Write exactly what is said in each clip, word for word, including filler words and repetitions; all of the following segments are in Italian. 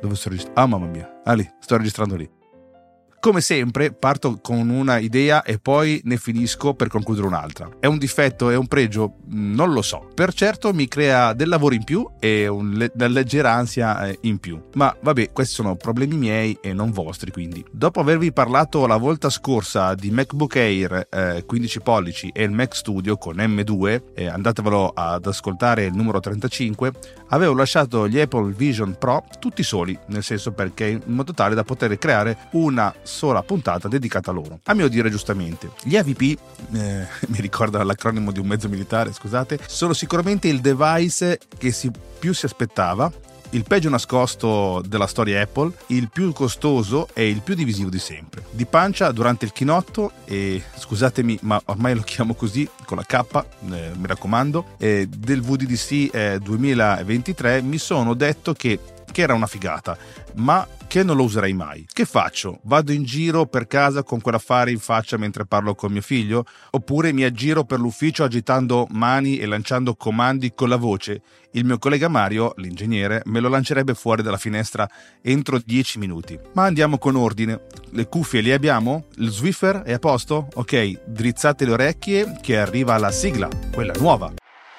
Dove sto registrando? Ah, mamma mia. Ah, lì, sto registrando lì. Come sempre parto con una idea e poi ne finisco per concludere un'altra. È un difetto, è un pregio? Non lo so. Per certo mi crea del lavoro in più e una leggera ansia in più. Ma vabbè, questi sono problemi miei e non vostri, quindi. Dopo avervi parlato la volta scorsa di MacBook Air eh, quindici pollici e il Mac Studio con M due, eh, andatevelo ad ascoltare il numero trentacinque, avevo lasciato gli Apple Vision Pro tutti soli, nel senso perché in modo tale da poter creare una sola puntata dedicata a loro. A mio dire, giustamente, gli A V P, eh, mi ricorda l'acronimo di un mezzo militare, scusate, sono sicuramente il device che si, più si aspettava, il peggio nascosto della storia Apple, il più costoso e il più divisivo di sempre. Di pancia durante il keynote, e scusatemi ma ormai lo chiamo così con la K, eh, mi raccomando, eh, del V D D C eh, duemilaventitré, mi sono detto che che era una figata, ma che non lo userei mai. Che faccio? Vado in giro per casa con quell'affare in faccia mentre parlo con mio figlio? Oppure mi aggiro per l'ufficio agitando mani e lanciando comandi con la voce? Il mio collega Mario, l'ingegnere, me lo lancerebbe fuori dalla finestra entro dieci minuti. Ma andiamo con ordine. Le cuffie le abbiamo? Il Swiffer è a posto? Ok, drizzate le orecchie che arriva la sigla, quella nuova.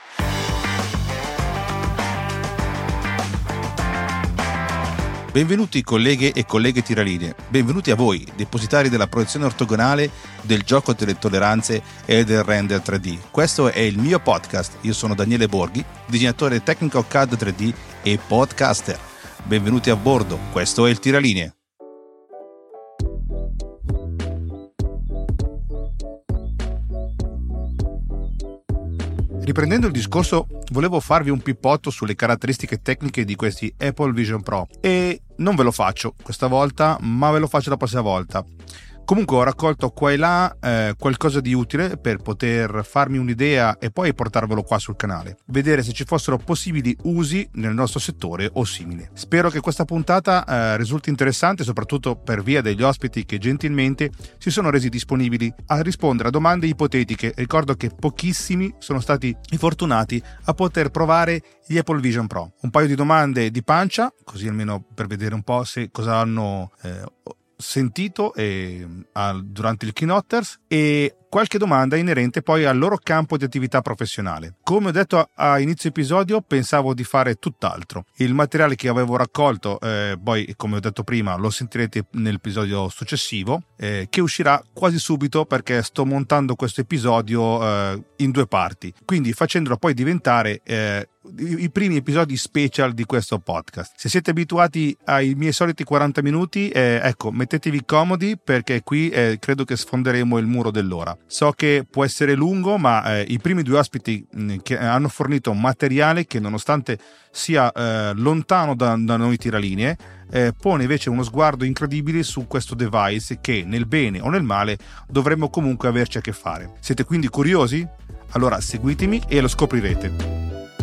Benvenuti colleghe e colleghe tiralinee, benvenuti a voi, depositari della proiezione ortogonale, del gioco delle tolleranze e del render tre D. Questo è il mio podcast, io sono Daniele Borghi, disegnatore tecnico C A D tre D e podcaster. Benvenuti a bordo, questo è il Tiralinee. Riprendendo il discorso, volevo farvi un pippotto sulle caratteristiche tecniche di questi Apple Vision Pro e non ve lo faccio questa volta, ma ve lo faccio la prossima volta. Comunque ho raccolto qua e là eh, qualcosa di utile per poter farmi un'idea e poi portarvelo qua sul canale, vedere se ci fossero possibili usi nel nostro settore o simile. Spero che questa puntata eh, risulti interessante, soprattutto per via degli ospiti che gentilmente si sono resi disponibili a rispondere a domande ipotetiche. Ricordo che pochissimi sono stati i fortunati a poter provare gli Apple Vision Pro. Un paio di domande di pancia, così almeno per vedere un po' se cosa hanno eh, sentito eh, al, durante il Keynoters, e qualche domanda inerente poi al loro campo di attività professionale. Come ho detto a, a inizio episodio, pensavo di fare tutt'altro. Il materiale che avevo raccolto, eh, poi come ho detto prima, lo sentirete nell'episodio successivo, eh, che uscirà quasi subito perché sto montando questo episodio eh, in due parti, quindi facendolo poi diventare eh, i primi episodi special di questo podcast. Se siete abituati ai miei soliti quaranta minuti, eh, ecco, mettetevi comodi perché qui eh, credo che sfonderemo il muro dell'ora. So che può essere lungo, ma eh, i primi due ospiti mh, che hanno fornito un materiale che, nonostante sia eh, lontano da, da noi tiralinee, eh, pone invece uno sguardo incredibile su questo device che, nel bene o nel male, dovremmo comunque averci a che fare. Siete quindi curiosi? Allora seguitemi e lo scoprirete.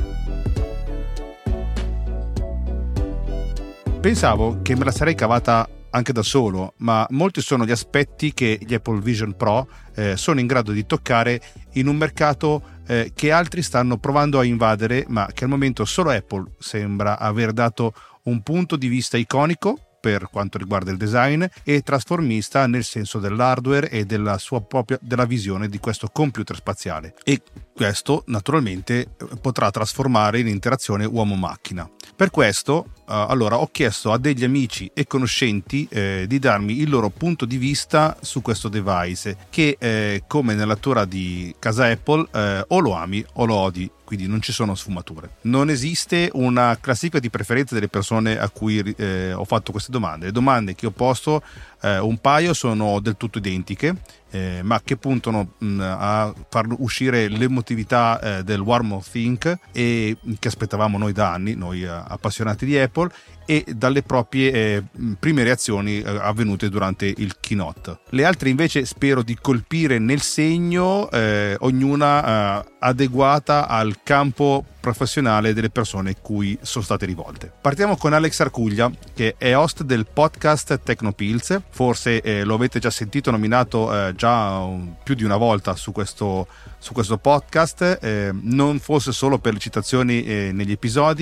Pensavo che me la sarei cavata anche da solo, ma molti sono gli aspetti che gli Apple Vision Pro eh, sono in grado di toccare in un mercato eh, che altri stanno provando a invadere, ma che al momento solo Apple sembra aver dato un punto di vista iconico per quanto riguarda il design e trasformista nel senso dell'hardware e della sua propria della visione di questo computer spaziale, e questo naturalmente potrà trasformare l'interazione uomo-macchina. Per questo uh, allora ho chiesto a degli amici e conoscenti eh, di darmi il loro punto di vista su questo device che eh, come nella natura di casa Apple eh, o lo ami o lo odi, quindi non ci sono sfumature. Non esiste una classifica di preferenze delle persone a cui eh, ho fatto queste domande. Le domande che ho posto, eh, un paio sono del tutto identiche, eh, ma che puntano mh, a far uscire l'emotività eh, del Warm of Think e che aspettavamo noi da anni, noi eh, appassionati di Apple, e dalle proprie eh, prime reazioni eh, avvenute durante il keynote. Le altre invece spero di colpire nel segno, eh, ognuna eh, adeguata al campo professionale delle persone cui sono state rivolte. Partiamo con Alex Arcuglia, che è host del podcast Tecnopills. Forse eh, lo avete già sentito nominato eh, già un, più di una volta su questo, su questo podcast, eh, non fosse solo per le citazioni eh, negli episodi.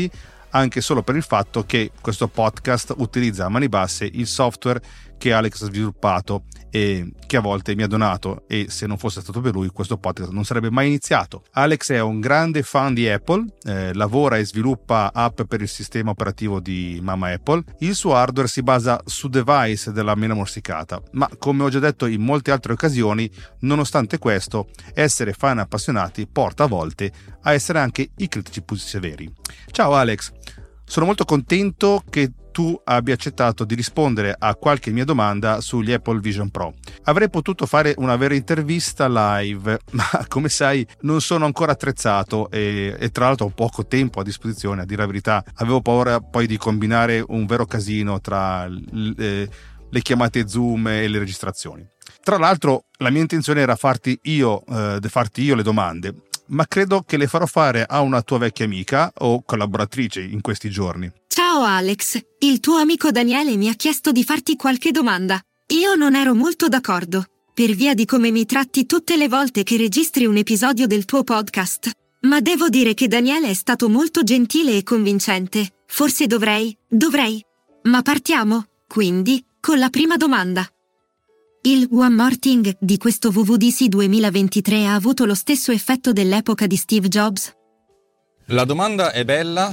anche solo per il fatto che questo podcast utilizza a mani basse il software che Alex ha sviluppato e che a volte mi ha donato, e se non fosse stato per lui questo podcast non sarebbe mai iniziato. Alex è un grande fan di Apple, eh, lavora e sviluppa app per il sistema operativo di mamma Apple. Il suo hardware si basa su device della mela morsicata, ma come ho già detto in molte altre occasioni, nonostante questo, essere fan appassionati porta a volte a essere anche i critici più severi. Ciao Alex, sono molto contento che tu abbia accettato di rispondere a qualche mia domanda sugli Apple Vision Pro. Avrei potuto fare una vera intervista live, ma come sai non sono ancora attrezzato e, e tra l'altro ho poco tempo a disposizione, a dire la verità. Avevo paura poi di combinare un vero casino tra le, le chiamate Zoom e le registrazioni. Tra l'altro la mia intenzione era farti io, eh, farti io le domande, ma credo che le farò fare a una tua vecchia amica o collaboratrice in questi giorni. Ciao Alex, il tuo amico Daniele mi ha chiesto di farti qualche domanda. Io non ero molto d'accordo, per via di come mi tratti tutte le volte che registri un episodio del tuo podcast. Ma devo dire che Daniele è stato molto gentile e convincente. Forse dovrei, dovrei. Ma partiamo, quindi, con la prima domanda. Il One More Thing di questo W W D C duemilaventitré ha avuto lo stesso effetto dell'epoca di Steve Jobs? La domanda è bella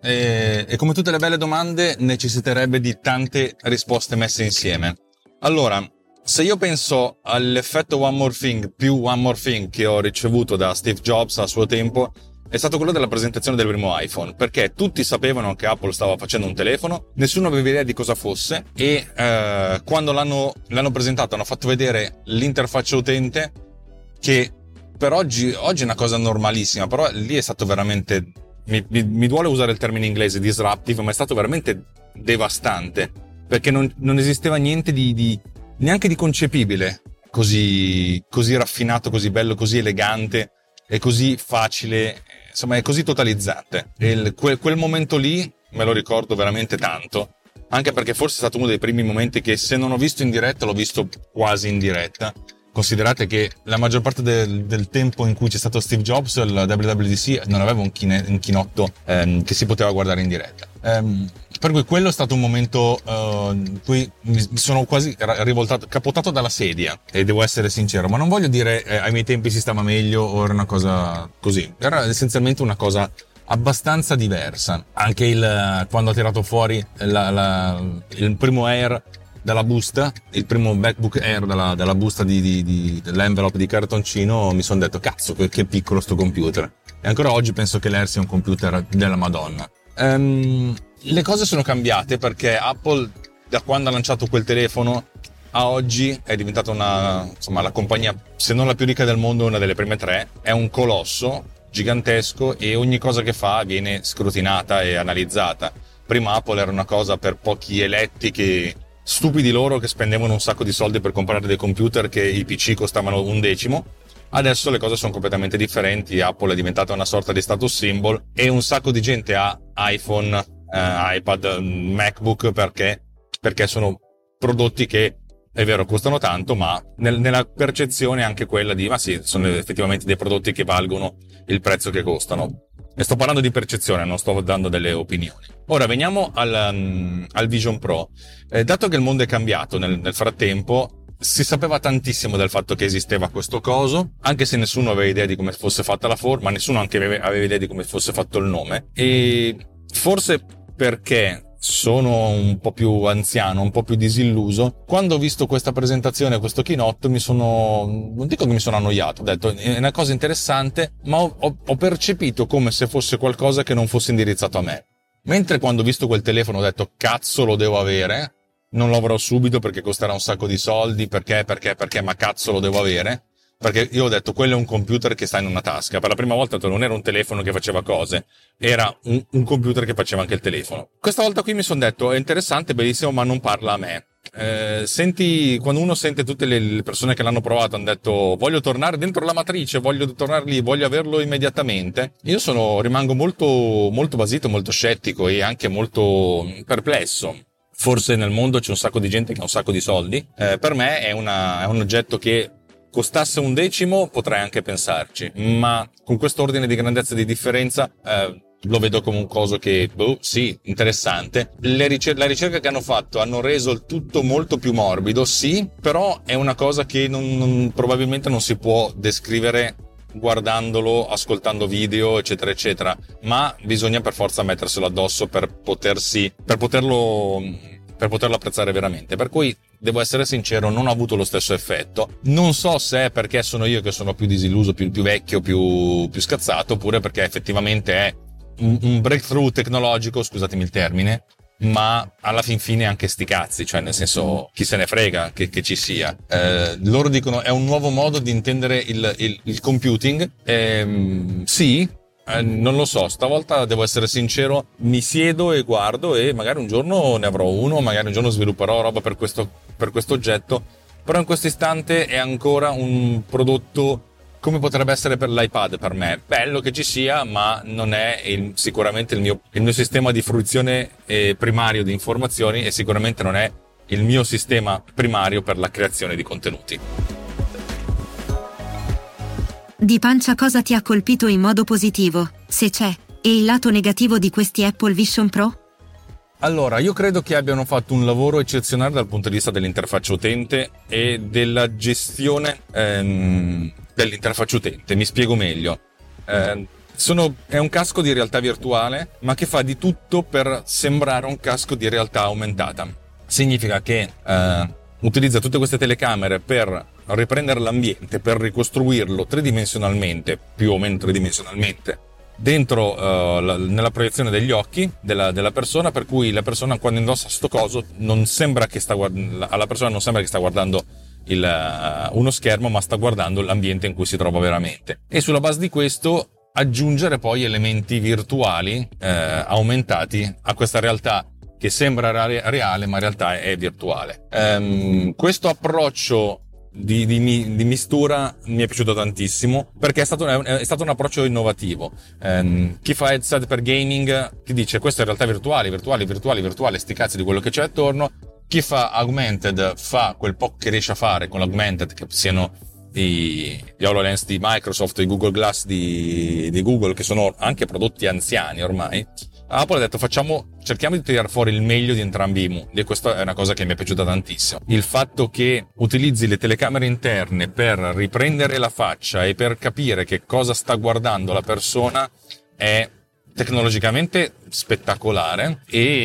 e, e come tutte le belle domande necessiterebbe di tante risposte messe insieme. Allora, se io penso all'effetto One More Thing più One More Thing che ho ricevuto da Steve Jobs a suo tempo, è stato quello della presentazione del primo iPhone, perché tutti sapevano che Apple stava facendo un telefono, nessuno aveva idea di cosa fosse e eh, quando l'hanno, l'hanno presentato hanno fatto vedere l'interfaccia utente, che per oggi, oggi è una cosa normalissima, però lì è stato veramente, mi, mi, mi duole usare il termine inglese disruptive, ma è stato veramente devastante, perché non, non esisteva niente di, di neanche di concepibile così, così raffinato, così bello, così elegante e così facile, insomma è così totalizzante. E il, quel, quel momento lì me lo ricordo veramente tanto, anche perché forse è stato uno dei primi momenti che, se non ho visto in diretta, l'ho visto quasi in diretta. Considerate che la maggior parte del, del tempo in cui c'è stato Steve Jobs, il W W D C non aveva un, chine, un chinotto ehm, che si poteva guardare in diretta. Ehm, per cui quello è stato un momento uh, in cui mi sono quasi rivoltato, capotato dalla sedia, e devo essere sincero, ma non voglio dire eh, ai miei tempi si stava meglio o era una cosa così, era essenzialmente una cosa abbastanza diversa. Anche il quando ha tirato fuori la, la, il primo Air dalla busta, il primo MacBook Air dalla, dalla busta di, di, di, dell'envelope di cartoncino, mi sono detto cazzo che piccolo sto computer, e ancora oggi penso che l'Air sia un computer della Madonna. Um, le cose sono cambiate perché Apple, da quando ha lanciato quel telefono a oggi, è diventata una, insomma, la compagnia, se non la più ricca del mondo, una delle prime tre. È un colosso gigantesco e ogni cosa che fa viene scrutinata e analizzata. Prima Apple era una cosa per pochi eletti, che stupidi loro, che spendevano un sacco di soldi per comprare dei computer che i P C costavano un decimo. Adesso le cose sono completamente differenti, Apple è diventata una sorta di status symbol e un sacco di gente ha iPhone, eh, iPad, MacBook perché, perché sono prodotti che, è vero, costano tanto, ma nel, nella percezione anche quella di ma sì, sono effettivamente dei prodotti che valgono il prezzo che costano. E sto parlando di percezione, non sto dando delle opinioni. Ora veniamo al, um, al Vision Pro. Eh, dato che il mondo è cambiato nel, nel frattempo, si sapeva tantissimo del fatto che esisteva questo coso, anche se nessuno aveva idea di come fosse fatta la forma, nessuno anche aveva, aveva idea di come fosse fatto il nome. E forse perché sono un po' più anziano, un po' più disilluso, quando ho visto questa presentazione, questo keynote, mi sono, non dico che mi sono annoiato, ho detto è una cosa interessante, ma ho, ho, ho percepito come se fosse qualcosa che non fosse indirizzato a me. Mentre quando ho visto quel telefono ho detto cazzo lo devo avere, non lo avrò subito perché costerà un sacco di soldi, perché, perché, perché, ma cazzo lo devo avere. Perché io ho detto, quello è un computer che sta in una tasca. Per la prima volta non era un telefono che faceva cose, era un, un computer che faceva anche il telefono. Questa volta qui mi sono detto, è interessante, bellissimo, ma non parla a me. Eh, senti, quando uno sente tutte le, le persone che l'hanno provato, hanno detto, voglio tornare dentro la matrice, voglio tornare lì, voglio averlo immediatamente. Io sono, rimango molto, molto basito, molto scettico e anche molto perplesso. Forse nel mondo c'è un sacco di gente che ha un sacco di soldi. Eh, per me è, una, è un oggetto che costasse un decimo, potrei anche pensarci, ma con questo ordine di grandezza di differenza eh, lo vedo come un coso che, boh, sì, interessante. Le ricer- la ricerca che hanno fatto hanno reso il tutto molto più morbido, sì, però è una cosa che non, non, probabilmente non si può descrivere guardandolo, ascoltando video, eccetera, eccetera, ma bisogna per forza metterselo addosso per potersi, per poterlo, per poterlo apprezzare veramente. Per cui, devo essere sincero, non ha avuto lo stesso effetto. Non so se è perché sono io che sono più disilluso, più, più vecchio, più, più scazzato, oppure perché effettivamente è un, un breakthrough tecnologico, scusatemi il termine, ma alla fin fine anche sti cazzi, cioè nel senso, chi se ne frega che, che ci sia. Eh, loro dicono è un nuovo modo di intendere il, il, il computing. Eh, sì, eh, non lo so, stavolta devo essere sincero, mi siedo e guardo e magari un giorno ne avrò uno, magari un giorno svilupperò roba per questo, per questo oggetto, però in questo istante è ancora un prodotto come potrebbe essere per l'iPad per me. Bello che ci sia, ma non è il, sicuramente il mio, il mio sistema di fruizione eh, primario di informazioni, e sicuramente non è il mio sistema primario per la creazione di contenuti. Di pancia, cosa ti ha colpito in modo positivo, se c'è, e il lato negativo di questi Apple Vision Pro? Allora, io credo che abbiano fatto un lavoro eccezionale dal punto di vista dell'interfaccia utente e della gestione ehm, dell'interfaccia utente. Mi spiego meglio. Eh, sono, è un casco di realtà virtuale, ma che fa di tutto per sembrare un casco di realtà aumentata. Significa che eh, utilizza tutte queste telecamere per riprendere l'ambiente, per ricostruirlo tridimensionalmente, più o meno tridimensionalmente, dentro uh, la, nella proiezione degli occhi della, della persona, per cui la persona quando indossa sto coso non sembra che sta guard- alla persona non sembra che sta guardando il, uh, uno schermo, ma sta guardando l'ambiente in cui si trova veramente. E sulla base di questo aggiungere poi elementi virtuali eh, aumentati a questa realtà che sembra reale ma in realtà è virtuale. Um, questo approccio Di, di, di mistura mi è piaciuto tantissimo, perché è stato, è stato un approccio innovativo. Um, chi fa headset per gaming ti dice questo è realtà virtuale, virtuale, virtuale, virtuale, sti cazzi di quello che c'è attorno. Chi fa augmented fa quel po' che riesce a fare con l'augmented, che siano i, gli HoloLens di Microsoft, i Google Glass di, di Google, che sono anche prodotti anziani ormai. Apple ha detto facciamo, cerchiamo di tirare fuori il meglio di entrambi i mondi, e questa è una cosa che mi è piaciuta tantissimo. Il fatto che utilizzi le telecamere interne per riprendere la faccia e per capire che cosa sta guardando la persona è tecnologicamente spettacolare,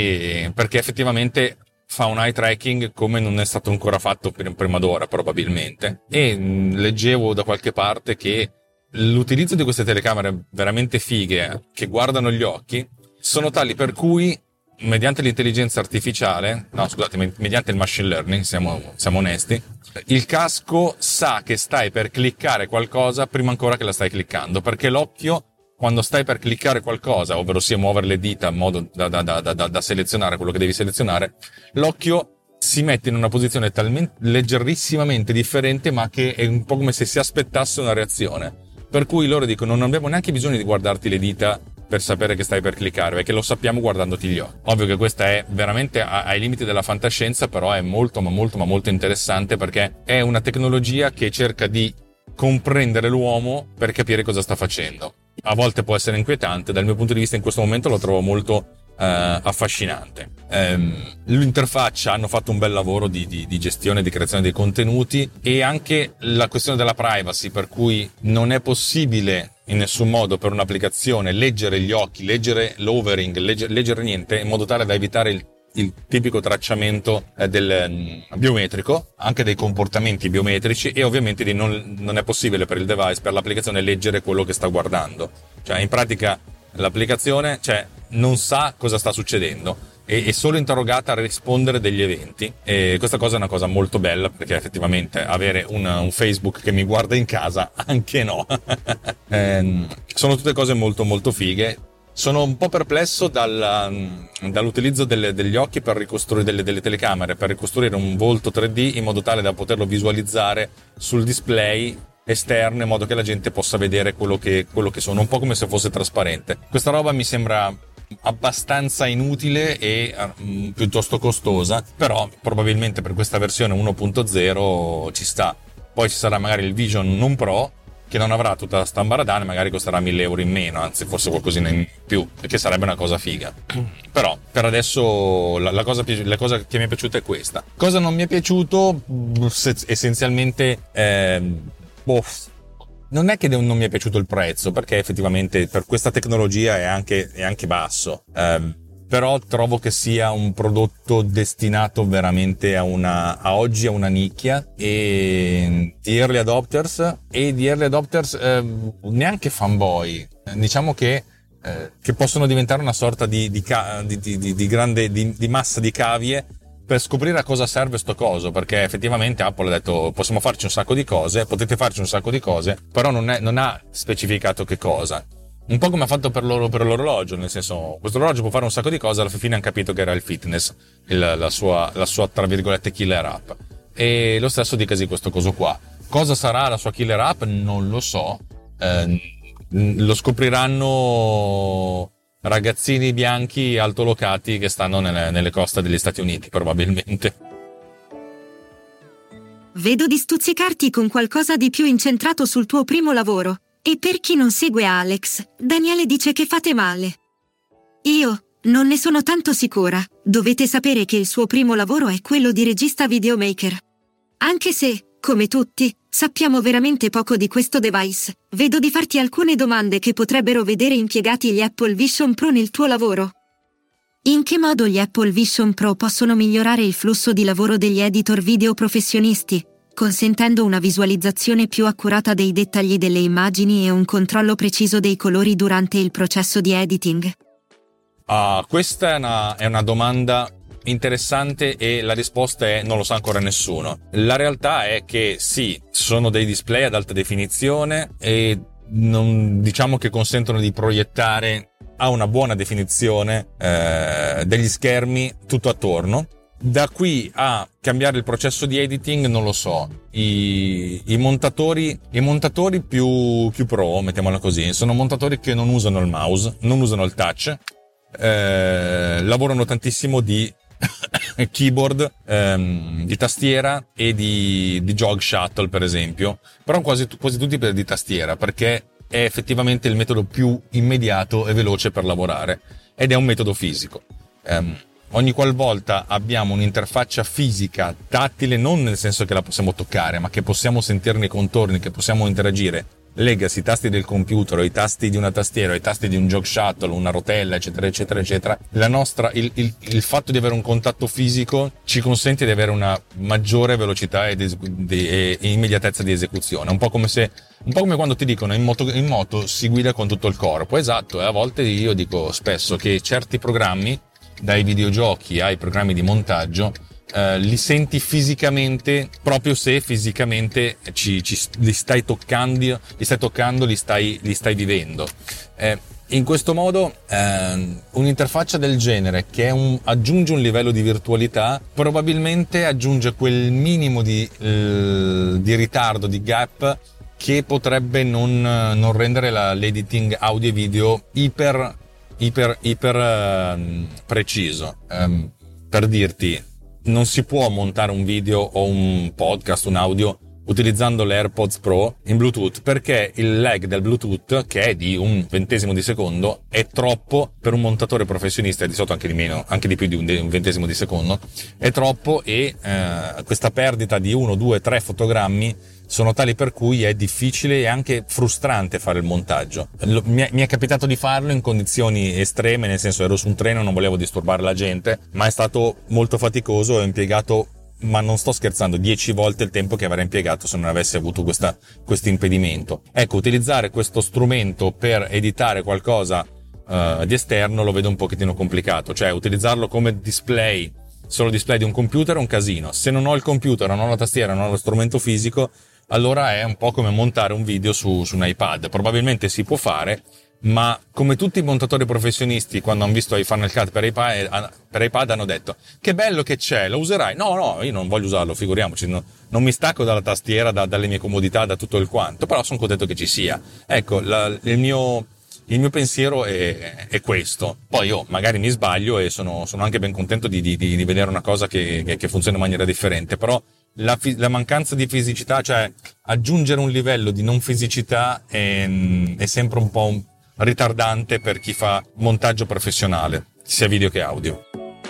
e perché effettivamente fa un eye tracking come non è stato ancora fatto prima d'ora probabilmente. E leggevo da qualche parte che l'utilizzo di queste telecamere veramente fighe che guardano gli occhi sono tali per cui mediante l'intelligenza artificiale, no scusate, mediante il machine learning, siamo, siamo onesti, il casco sa che stai per cliccare qualcosa prima ancora che la stai cliccando, perché l'occhio, quando stai per cliccare qualcosa, ovvero sia muovere le dita in modo da, da, da, da, da selezionare quello che devi selezionare, l'occhio si mette in una posizione talmente leggerissimamente differente, ma che è un po' come se si aspettasse una reazione. Per cui loro dicono non abbiamo neanche bisogno di guardarti le dita per sapere che stai per cliccare, perché lo sappiamo guardandoti gli occhi. Ovvio che questa è veramente ai limiti della fantascienza, però è molto ma molto ma molto interessante, perché è una tecnologia che cerca di comprendere l'uomo per capire cosa sta facendo. A volte può essere inquietante, dal mio punto di vista in questo momento lo trovo molto Uh, affascinante. Um, l'interfaccia hanno fatto un bel lavoro di, di, di gestione e di creazione dei contenuti, e anche la questione della privacy, per cui non è possibile in nessun modo per un'applicazione leggere gli occhi, leggere l'overing, leggere, leggere niente, in modo tale da evitare il, il tipico tracciamento eh, del um, biometrico, anche dei comportamenti biometrici, e ovviamente di non, non è possibile per il device, per l'applicazione, leggere quello che sta guardando. Cioè in pratica l'applicazione, cioè, non sa cosa sta succedendo, e è solo interrogata a rispondere degli eventi, e questa cosa è una cosa molto bella, perché effettivamente avere un, un Facebook che mi guarda in casa, anche no. eh, sono tutte cose molto molto fighe. Sono un po' perplesso dal, dall'utilizzo delle, degli occhi per ricostruire delle, delle telecamere, per ricostruire un volto tre D in modo tale da poterlo visualizzare sul display esterno, in modo che la gente possa vedere quello che, quello che sono, un po' come se fosse trasparente. Questa roba mi sembra abbastanza inutile e um, piuttosto costosa, però probabilmente per questa versione uno punto zero ci sta. Poi ci sarà magari il Vision non Pro, che non avrà tutta la stambaradana, magari costerà mille euro in meno, anzi forse qualcosina in più, perché sarebbe una cosa figa. Però per adesso la, la, cosa, la cosa che mi è piaciuta è questa. Cosa non mi è piaciuto? Essenzialmente eh, boh, non è che non mi è piaciuto il prezzo, perché effettivamente per questa tecnologia è anche, è anche basso, eh, però trovo che sia un prodotto destinato veramente a una, a oggi a una nicchia, e di early adopters e di early adopters eh, neanche fanboy, diciamo che eh, che possono diventare una sorta di, di, di, di, di grande di, di massa di cavie per scoprire a cosa serve sto coso, perché effettivamente Apple ha detto possiamo farci un sacco di cose, potete farci un sacco di cose, però non, è, non ha specificato che cosa. Un po' come ha fatto per, loro, per l'orologio, nel senso, questo orologio può fare un sacco di cose, alla fine hanno capito che era il fitness, il, la sua, la sua, tra virgolette, killer app. E lo stesso dicasi questo coso qua. Cosa sarà la sua killer app? Non lo so. Eh, lo scopriranno ragazzini bianchi altolocati che stanno nelle, nelle coste degli Stati Uniti, probabilmente. Vedo di stuzzicarti con qualcosa di più incentrato sul tuo primo lavoro. E per chi non segue Alex, Daniele dice che fate male. Io non ne sono tanto sicura. Dovete sapere che il suo primo lavoro è quello di regista videomaker. Anche se, come tutti, sappiamo veramente poco di questo device, vedo di farti alcune domande che potrebbero vedere impiegati gli Apple Vision Pro nel tuo lavoro. In che modo gli Apple Vision Pro possono migliorare il flusso di lavoro degli editor video professionisti, consentendo una visualizzazione più accurata dei dettagli delle immagini e un controllo preciso dei colori durante il processo di editing? Ah, questa è una, è una domanda interessante e la risposta è non lo sa ancora nessuno. La realtà è che sì, sono dei display ad alta definizione e non, diciamo che consentono di proiettare a una buona definizione eh, degli schermi tutto attorno. Da qui a cambiare il processo di editing non lo so. I, i montatori, i montatori più, più pro, mettiamola così, sono montatori che non usano il mouse, non usano il touch, eh, lavorano tantissimo di keyboard, ehm, di tastiera e di, di jog shuttle per esempio, però quasi, quasi tutti per di tastiera, perché è effettivamente il metodo più immediato e veloce per lavorare, ed è un metodo fisico. Um, ogni qualvolta abbiamo un'interfaccia fisica tattile, non nel senso che la possiamo toccare, ma che possiamo sentirne i contorni, che possiamo interagire, legasi i tasti del computer o i tasti di una tastiera o i tasti di un jog shuttle, una rotella, eccetera eccetera eccetera, la nostra il, il, il fatto di avere un contatto fisico ci consente di avere una maggiore velocità e, di, di, e immediatezza di esecuzione, un po' come se un po' come quando ti dicono in moto, in moto si guida con tutto il corpo. Esatto, e a volte io dico spesso che certi programmi, dai videogiochi ai programmi di montaggio, Uh, li senti fisicamente proprio se fisicamente ci, ci li stai toccando, li stai toccando, li stai, li stai vivendo. Eh, in questo modo eh, un'interfaccia del genere che è un, aggiunge un livello di virtualità, probabilmente aggiunge quel minimo di, eh, di ritardo, di gap, che potrebbe non, non rendere la, l'editing audio e video iper iper iper eh, preciso. Eh, per dirti, non si può montare un video o un podcast, un audio, utilizzando le AirPods Pro in Bluetooth, perché il lag del Bluetooth, che è di un ventesimo di secondo, è troppo per un montatore professionista, di solito anche di meno, anche di più di un, de- un ventesimo di secondo, è troppo, e eh, questa perdita di uno, due, tre fotogrammi sono tali per cui è difficile e anche frustrante fare il montaggio. Lo, mi, è, mi è capitato di farlo in condizioni estreme, nel senso ero su un treno, non volevo disturbare la gente, ma è stato molto faticoso e ho impiegato, ma non sto scherzando, dieci volte il tempo che avrei impiegato se non avessi avuto questa, questo impedimento. Ecco, utilizzare questo strumento per editare qualcosa uh, di esterno lo vedo un pochettino complicato, cioè utilizzarlo come display, solo display di un computer è un casino. Se non ho il computer, non ho la tastiera, non ho lo strumento fisico, allora è un po' come montare un video su, su un iPad. Probabilmente si può fare, ma come tutti i montatori professionisti, quando hanno visto i Final Cut per iPad, per iPad hanno detto che bello che c'è, lo userai? No, no, io non voglio usarlo, figuriamoci, no, non mi stacco dalla tastiera, da, dalle mie comodità, da tutto il quanto, però sono contento che ci sia. Ecco, la, il mio... Il mio pensiero è, è questo. Poi io magari mi sbaglio e sono, sono anche ben contento di, di, di vedere una cosa che, che, che funziona in maniera differente, però la, fi- la mancanza di fisicità, cioè aggiungere un livello di non fisicità è, è sempre un po' un ritardante per chi fa montaggio professionale, sia video che audio.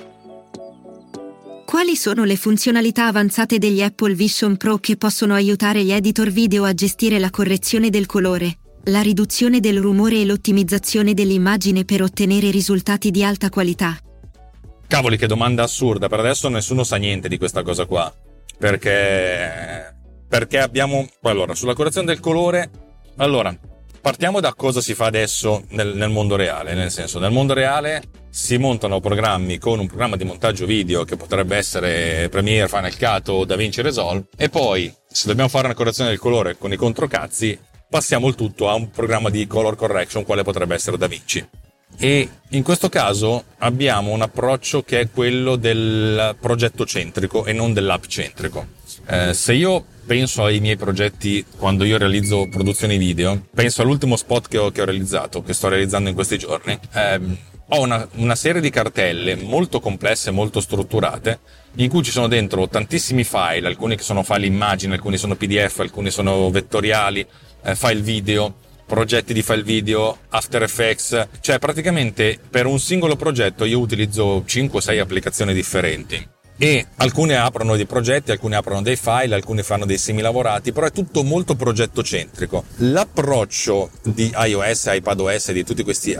Quali sono le funzionalità avanzate degli Apple Vision Pro che possono aiutare gli editor video a gestire la correzione del colore, la riduzione del rumore e l'ottimizzazione dell'immagine per ottenere risultati di alta qualità? Cavoli, che domanda assurda. Per adesso nessuno sa niente di questa cosa qua. Perché... Perché abbiamo... Allora, sulla correzione del colore... Allora, partiamo da cosa si fa adesso nel, nel mondo reale. Nel senso, nel mondo reale si montano programmi con un programma di montaggio video che potrebbe essere Premiere, Final Cut o DaVinci Resolve, e poi, se dobbiamo fare una correzione del colore con i controcazzi, passiamo il tutto a un programma di color correction, quale potrebbe essere DaVinci. E in questo caso abbiamo un approccio che è quello del progetto centrico e non dell'app centrico. Eh, se io penso ai miei progetti quando io realizzo produzioni video, penso all'ultimo spot che ho, che ho realizzato, che sto realizzando in questi giorni, ehm, ho una, una serie di cartelle molto complesse, molto strutturate, in cui ci sono dentro tantissimi file, alcuni che sono file immagini, alcuni sono P D F, alcuni sono vettoriali, eh, file video, progetti di file video, After Effects, cioè praticamente per un singolo progetto io utilizzo cinque o sei applicazioni differenti. E alcune aprono dei progetti, alcune aprono dei file, alcune fanno dei semilavorati, però è tutto molto progetto centrico. L'approccio di iOS, iPadOS e di tutti questi uh,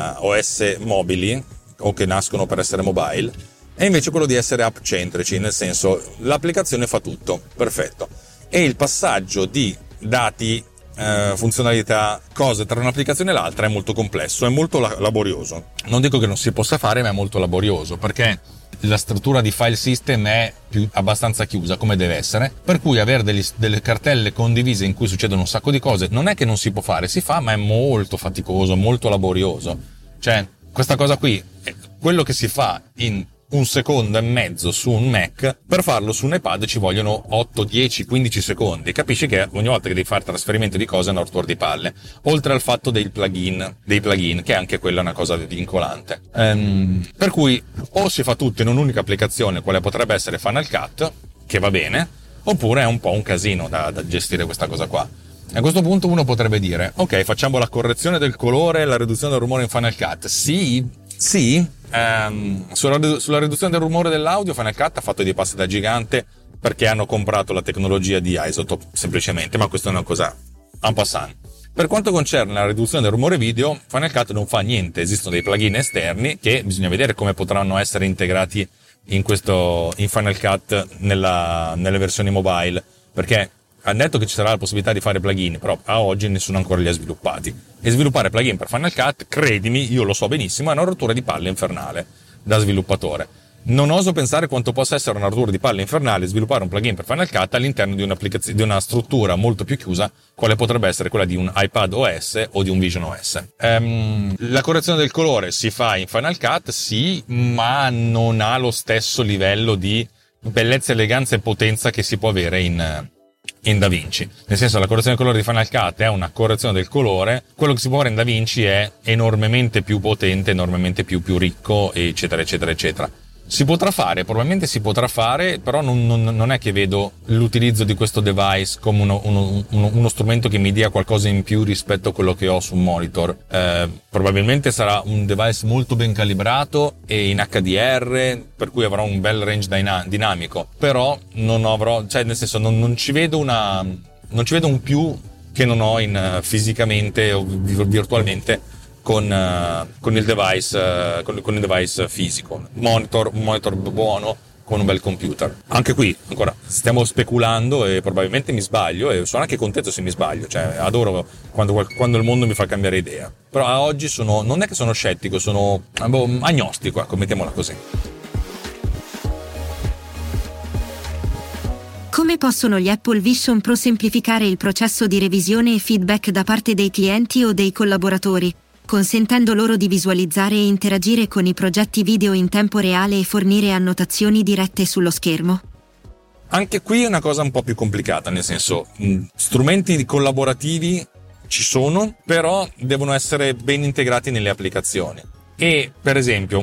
O S mobili, o che nascono per essere mobile, è invece quello di essere app centrici, nel senso l'applicazione fa tutto, perfetto. E il passaggio di dati, uh, funzionalità, cose tra un'applicazione e l'altra è molto complesso, è molto la- laborioso. Non dico che non si possa fare, ma è molto laborioso, perché la struttura di file system è più abbastanza chiusa, come deve essere, per cui avere degli, delle cartelle condivise in cui succedono un sacco di cose non è che non si può fare, si fa, ma è molto faticoso, molto laborioso. Cioè, questa cosa qui è quello che si fa in un secondo e mezzo su un Mac, per farlo su un iPad ci vogliono otto, dieci, quindici secondi. Capisci che ogni volta che devi fare trasferimento di cose è una rottura di palle, oltre al fatto dei plugin, dei plugin, che anche quella è una cosa vincolante. Um, per cui o si fa tutto in un'unica applicazione, quale potrebbe essere Final Cut, che va bene, oppure è un po' un casino da, da gestire questa cosa qua. A questo punto uno potrebbe dire, ok, facciamo la correzione del colore e la riduzione del rumore in Final Cut. Sì, sì, ehm, sulla, sulla riduzione del rumore dell'audio Final Cut ha fatto dei passi da gigante, perché hanno comprato la tecnologia di Isotope, semplicemente, ma questa è una cosa en passant. Per quanto concerne la riduzione del rumore video, Final Cut non fa niente, esistono dei plugin esterni che bisogna vedere come potranno essere integrati in questo, in Final Cut nella, nelle versioni mobile, perché hanno detto che ci sarà la possibilità di fare plugin, però a oggi nessuno ancora li ha sviluppati. E sviluppare plugin per Final Cut, credimi, io lo so benissimo, è una rottura di palle infernale da sviluppatore. Non oso pensare quanto possa essere una rottura di palle infernale sviluppare un plugin per Final Cut all'interno di un'applicazione, di una struttura molto più chiusa, quale potrebbe essere quella di un iPadOS o di un VisionOS. Um, la correzione del colore si fa in Final Cut, sì, ma non ha lo stesso livello di bellezza, eleganza e potenza che si può avere in in DaVinci. Nel senso, la correzione del colore di Final Cut è una correzione del colore, quello che si può fare in DaVinci è enormemente più potente, enormemente più, più ricco, eccetera, eccetera, eccetera. Si potrà fare, probabilmente si potrà fare, però non, non, non è che vedo l'utilizzo di questo device come uno, uno, uno, uno strumento che mi dia qualcosa in più rispetto a quello che ho su un monitor. Eh, probabilmente sarà un device molto ben calibrato e in H D R, per cui avrà un bel range dyna- dinamico, però non avrò, cioè nel senso non, non ci vedo una, non ci vedo un più che non ho in uh, fisicamente o virtualmente con, uh, con il device uh, con, con il device fisico, monitor, un monitor buono con un bel computer. Anche qui ancora stiamo speculando e probabilmente mi sbaglio, e sono anche contento se mi sbaglio, cioè adoro quando, quando il mondo mi fa cambiare idea, però a oggi sono, non è che sono scettico, sono boh, agnostico, ecco, mettiamola così. Come possono gli Apple Vision Pro semplificare il processo di revisione e feedback da parte dei clienti o dei collaboratori, consentendo loro di visualizzare e interagire con i progetti video in tempo reale e fornire annotazioni dirette sullo schermo? Anche qui è una cosa un po' più complicata, nel senso, mh, strumenti collaborativi ci sono, però devono essere ben integrati nelle applicazioni. E, per esempio,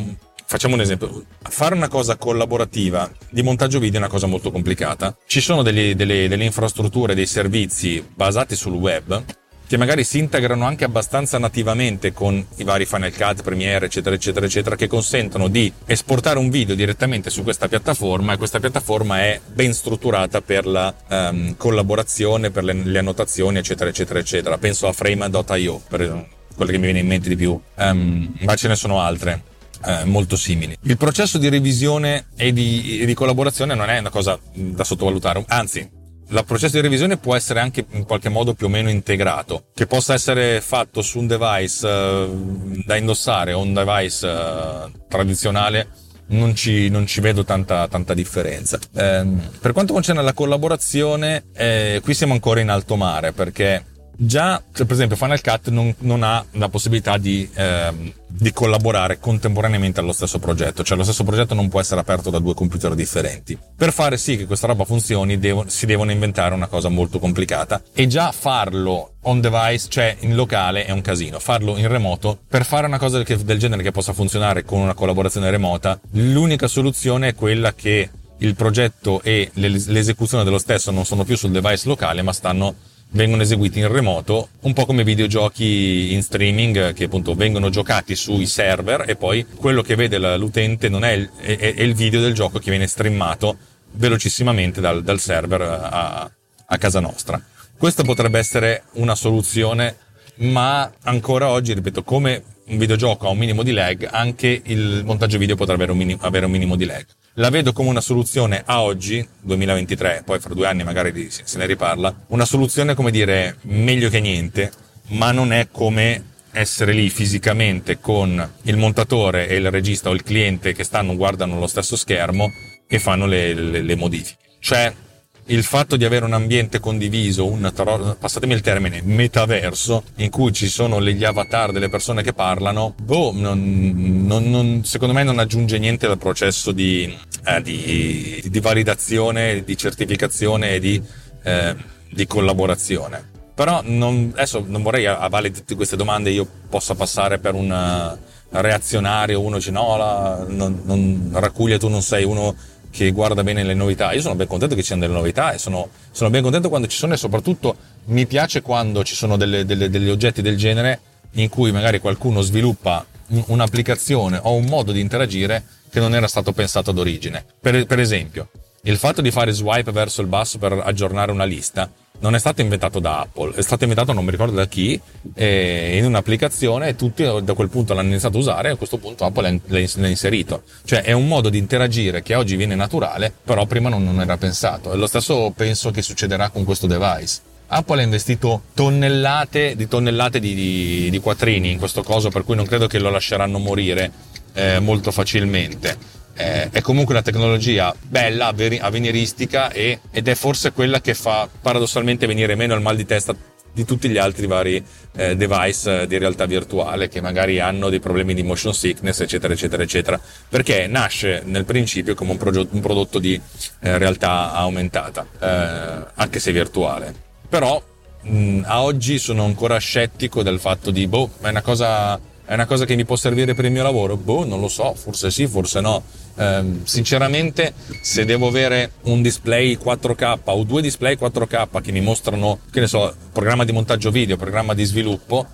facciamo un esempio, fare una cosa collaborativa di montaggio video è una cosa molto complicata. Ci sono delle, delle, delle infrastrutture, dei servizi basati sul web che magari si integrano anche abbastanza nativamente con i vari Final Cut, Premiere, eccetera, eccetera, eccetera, che consentono di esportare un video direttamente su questa piattaforma, e questa piattaforma è ben strutturata per la um, collaborazione, per le, le annotazioni, eccetera, eccetera, eccetera. Penso a frame punto io, per quelle che mi viene in mente di più, um, ma ce ne sono altre eh, molto simili. Il processo di revisione e di, e di collaborazione non è una cosa da sottovalutare, anzi, il processo di revisione può essere anche in qualche modo più o meno integrato, che possa essere fatto su un device eh, da indossare o un device eh, tradizionale. Non ci, non ci vedo tanta, tanta differenza. Eh, per quanto concerne la collaborazione, eh, qui siamo ancora in alto mare, perché già, per esempio, Final Cut non, non ha la possibilità di, ehm, di collaborare contemporaneamente allo stesso progetto, cioè lo stesso progetto non può essere aperto da due computer differenti. Per fare sì che questa roba funzioni devo, si devono inventare una cosa molto complicata, e già farlo on device, cioè in locale, è un casino. Farlo in remoto, per fare una cosa del, del genere che possa funzionare con una collaborazione remota, l'unica soluzione è quella che il progetto e l'esecuzione dello stesso non sono più sul device locale, ma stanno vengono eseguiti in remoto, un po' come videogiochi in streaming che appunto vengono giocati sui server, e poi quello che vede l'utente non è il, è, è il video del gioco che viene streamato velocissimamente dal, dal server a, a casa nostra. Questa potrebbe essere una soluzione, ma ancora oggi, ripeto, come un videogioco ha un minimo di lag, anche il montaggio video potrebbe avere un minimo, avere un minimo di lag. La vedo come una soluzione a oggi, duemilaventitré, poi fra due anni magari se ne riparla, una soluzione, come dire, meglio che niente, ma non è come essere lì fisicamente con il montatore e il regista o il cliente che stanno, guardano lo stesso schermo e fanno le, le, le modifiche. Cioè, il fatto di avere un ambiente condiviso, un, passatemi il termine, metaverso, in cui ci sono gli avatar delle persone che parlano, boh, non, non, non, secondo me non aggiunge niente al processo di, eh, di, di validazione, di certificazione e di, eh, di collaborazione. Però non, adesso non vorrei, a valle di tutte queste domande, io possa passare per un reazionario, uno dice no, la, non, non, Raccuglia, tu non sei uno che guarda bene le novità. Io sono ben contento che ci siano delle novità, e sono, sono ben contento quando ci sono, e soprattutto mi piace quando ci sono delle, delle, degli oggetti del genere in cui magari qualcuno sviluppa un'applicazione o un modo di interagire che non era stato pensato ad origine. Per, per esempio, il fatto di fare swipe verso il basso per aggiornare una lista non è stato inventato da Apple, è stato inventato non mi ricordo da chi, eh, in un'applicazione, e tutti da quel punto l'hanno iniziato a usare, e a questo punto Apple l'ha inserito. Cioè è un modo di interagire che oggi viene naturale, però prima non, non era pensato, e lo stesso penso che succederà con questo device. Apple ha investito tonnellate di tonnellate di, di, di quattrini in questo coso, per cui non credo che lo lasceranno morire eh, molto facilmente. Eh, è comunque una tecnologia bella, avveniristica, e, ed è forse quella che fa paradossalmente venire meno il mal di testa di tutti gli altri vari eh, device eh, di realtà virtuale che magari hanno dei problemi di motion sickness, eccetera, eccetera, eccetera, perché nasce nel principio come un, progetto, un prodotto di eh, realtà aumentata, eh, anche se virtuale. Però mh, a oggi sono ancora scettico del fatto di, boh, è una cosa... È una cosa che mi può servire per il mio lavoro? Boh, non lo so, forse sì, forse no. Eh, sinceramente, se devo avere un display quattro K o due display quattro K che mi mostrano, che ne so, programma di montaggio video, programma di sviluppo,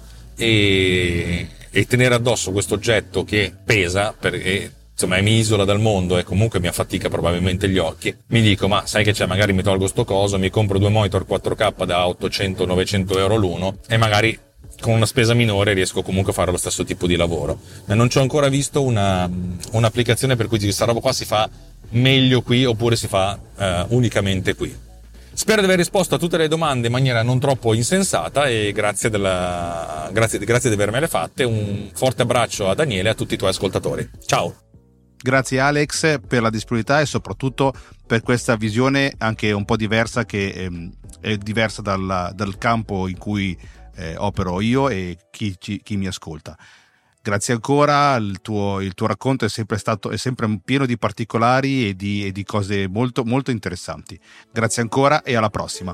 e, e tenere addosso questo oggetto che pesa, perché insomma mi isola dal mondo e comunque mi affatica probabilmente gli occhi, mi dico, ma sai che c'è, magari mi tolgo sto coso, mi compro due monitor quattro K da ottocento novecento euro l'uno, e magari con una spesa minore riesco comunque a fare lo stesso tipo di lavoro. Ma non ci ho ancora visto una, un'applicazione per cui questa roba qua si fa meglio qui, oppure si fa uh, unicamente qui. Spero di aver risposto a tutte le domande in maniera non troppo insensata, e grazie, della, grazie, grazie di avermele fatte. Un forte abbraccio a Daniele e a tutti i tuoi ascoltatori. Ciao! Grazie Alex per la disponibilità, e soprattutto per questa visione anche un po' diversa, che ehm, è diversa dal, dal campo in cui Eh, opero io e chi, chi, chi mi ascolta. Grazie ancora, il tuo, il tuo racconto è sempre stato è sempre pieno di particolari e di, e di cose molto molto interessanti. Grazie ancora e alla prossima.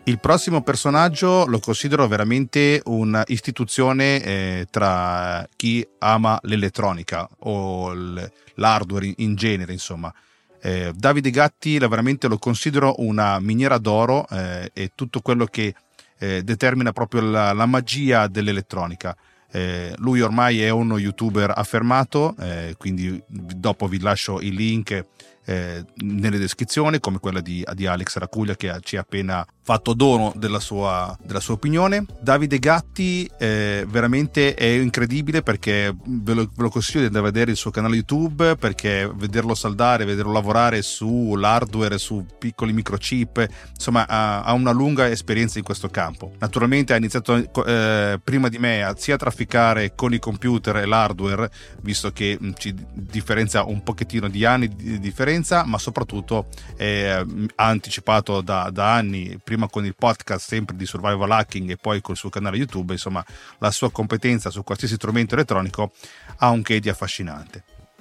Il prossimo personaggio lo considero veramente un'istituzione eh, tra chi ama l'elettronica o l'hardware in, in genere, insomma. Eh, Davide Gatti veramente lo considero una miniera d'oro eh, e tutto quello che eh, determina proprio la, la magia dell'elettronica. Eh, lui ormai è uno youtuber affermato, eh, quindi dopo vi lascio il link eh, nelle descrizioni, come quella di, di Alex Racuglia, che ci ha appena fatto dono della sua, della sua opinione. Davide Gatti eh, veramente è incredibile, perché ve lo, ve lo consiglio di andare a vedere il suo canale YouTube, perché vederlo saldare, vederlo lavorare sull'hardware, su piccoli microchip, insomma ha, ha una lunga esperienza in questo campo. Naturalmente ha iniziato eh, prima di me a sia trafficare con i computer e l'hardware, visto che mh, ci differenzia un pochettino di anni di differenza, ma soprattutto eh, ha anticipato da, da anni, prima con il podcast sempre di survival hacking e poi col suo canale YouTube, insomma la sua competenza su qualsiasi strumento elettronico ha un che di affascinante.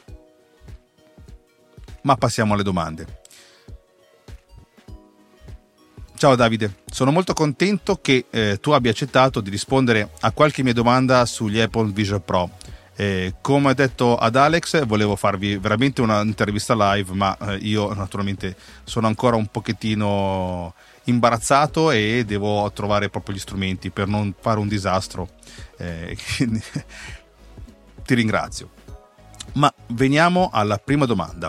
Ma passiamo alle domande. Ciao Davide, sono molto contento che eh, tu abbia accettato di rispondere a qualche mia domanda sugli Apple Vision Pro. Eh, come ho detto ad Alex, volevo farvi veramente un'intervista live, ma eh, io naturalmente sono ancora un pochettino imbarazzato e devo trovare proprio gli strumenti per non fare un disastro. Eh, ti ringrazio. Ma veniamo alla prima domanda.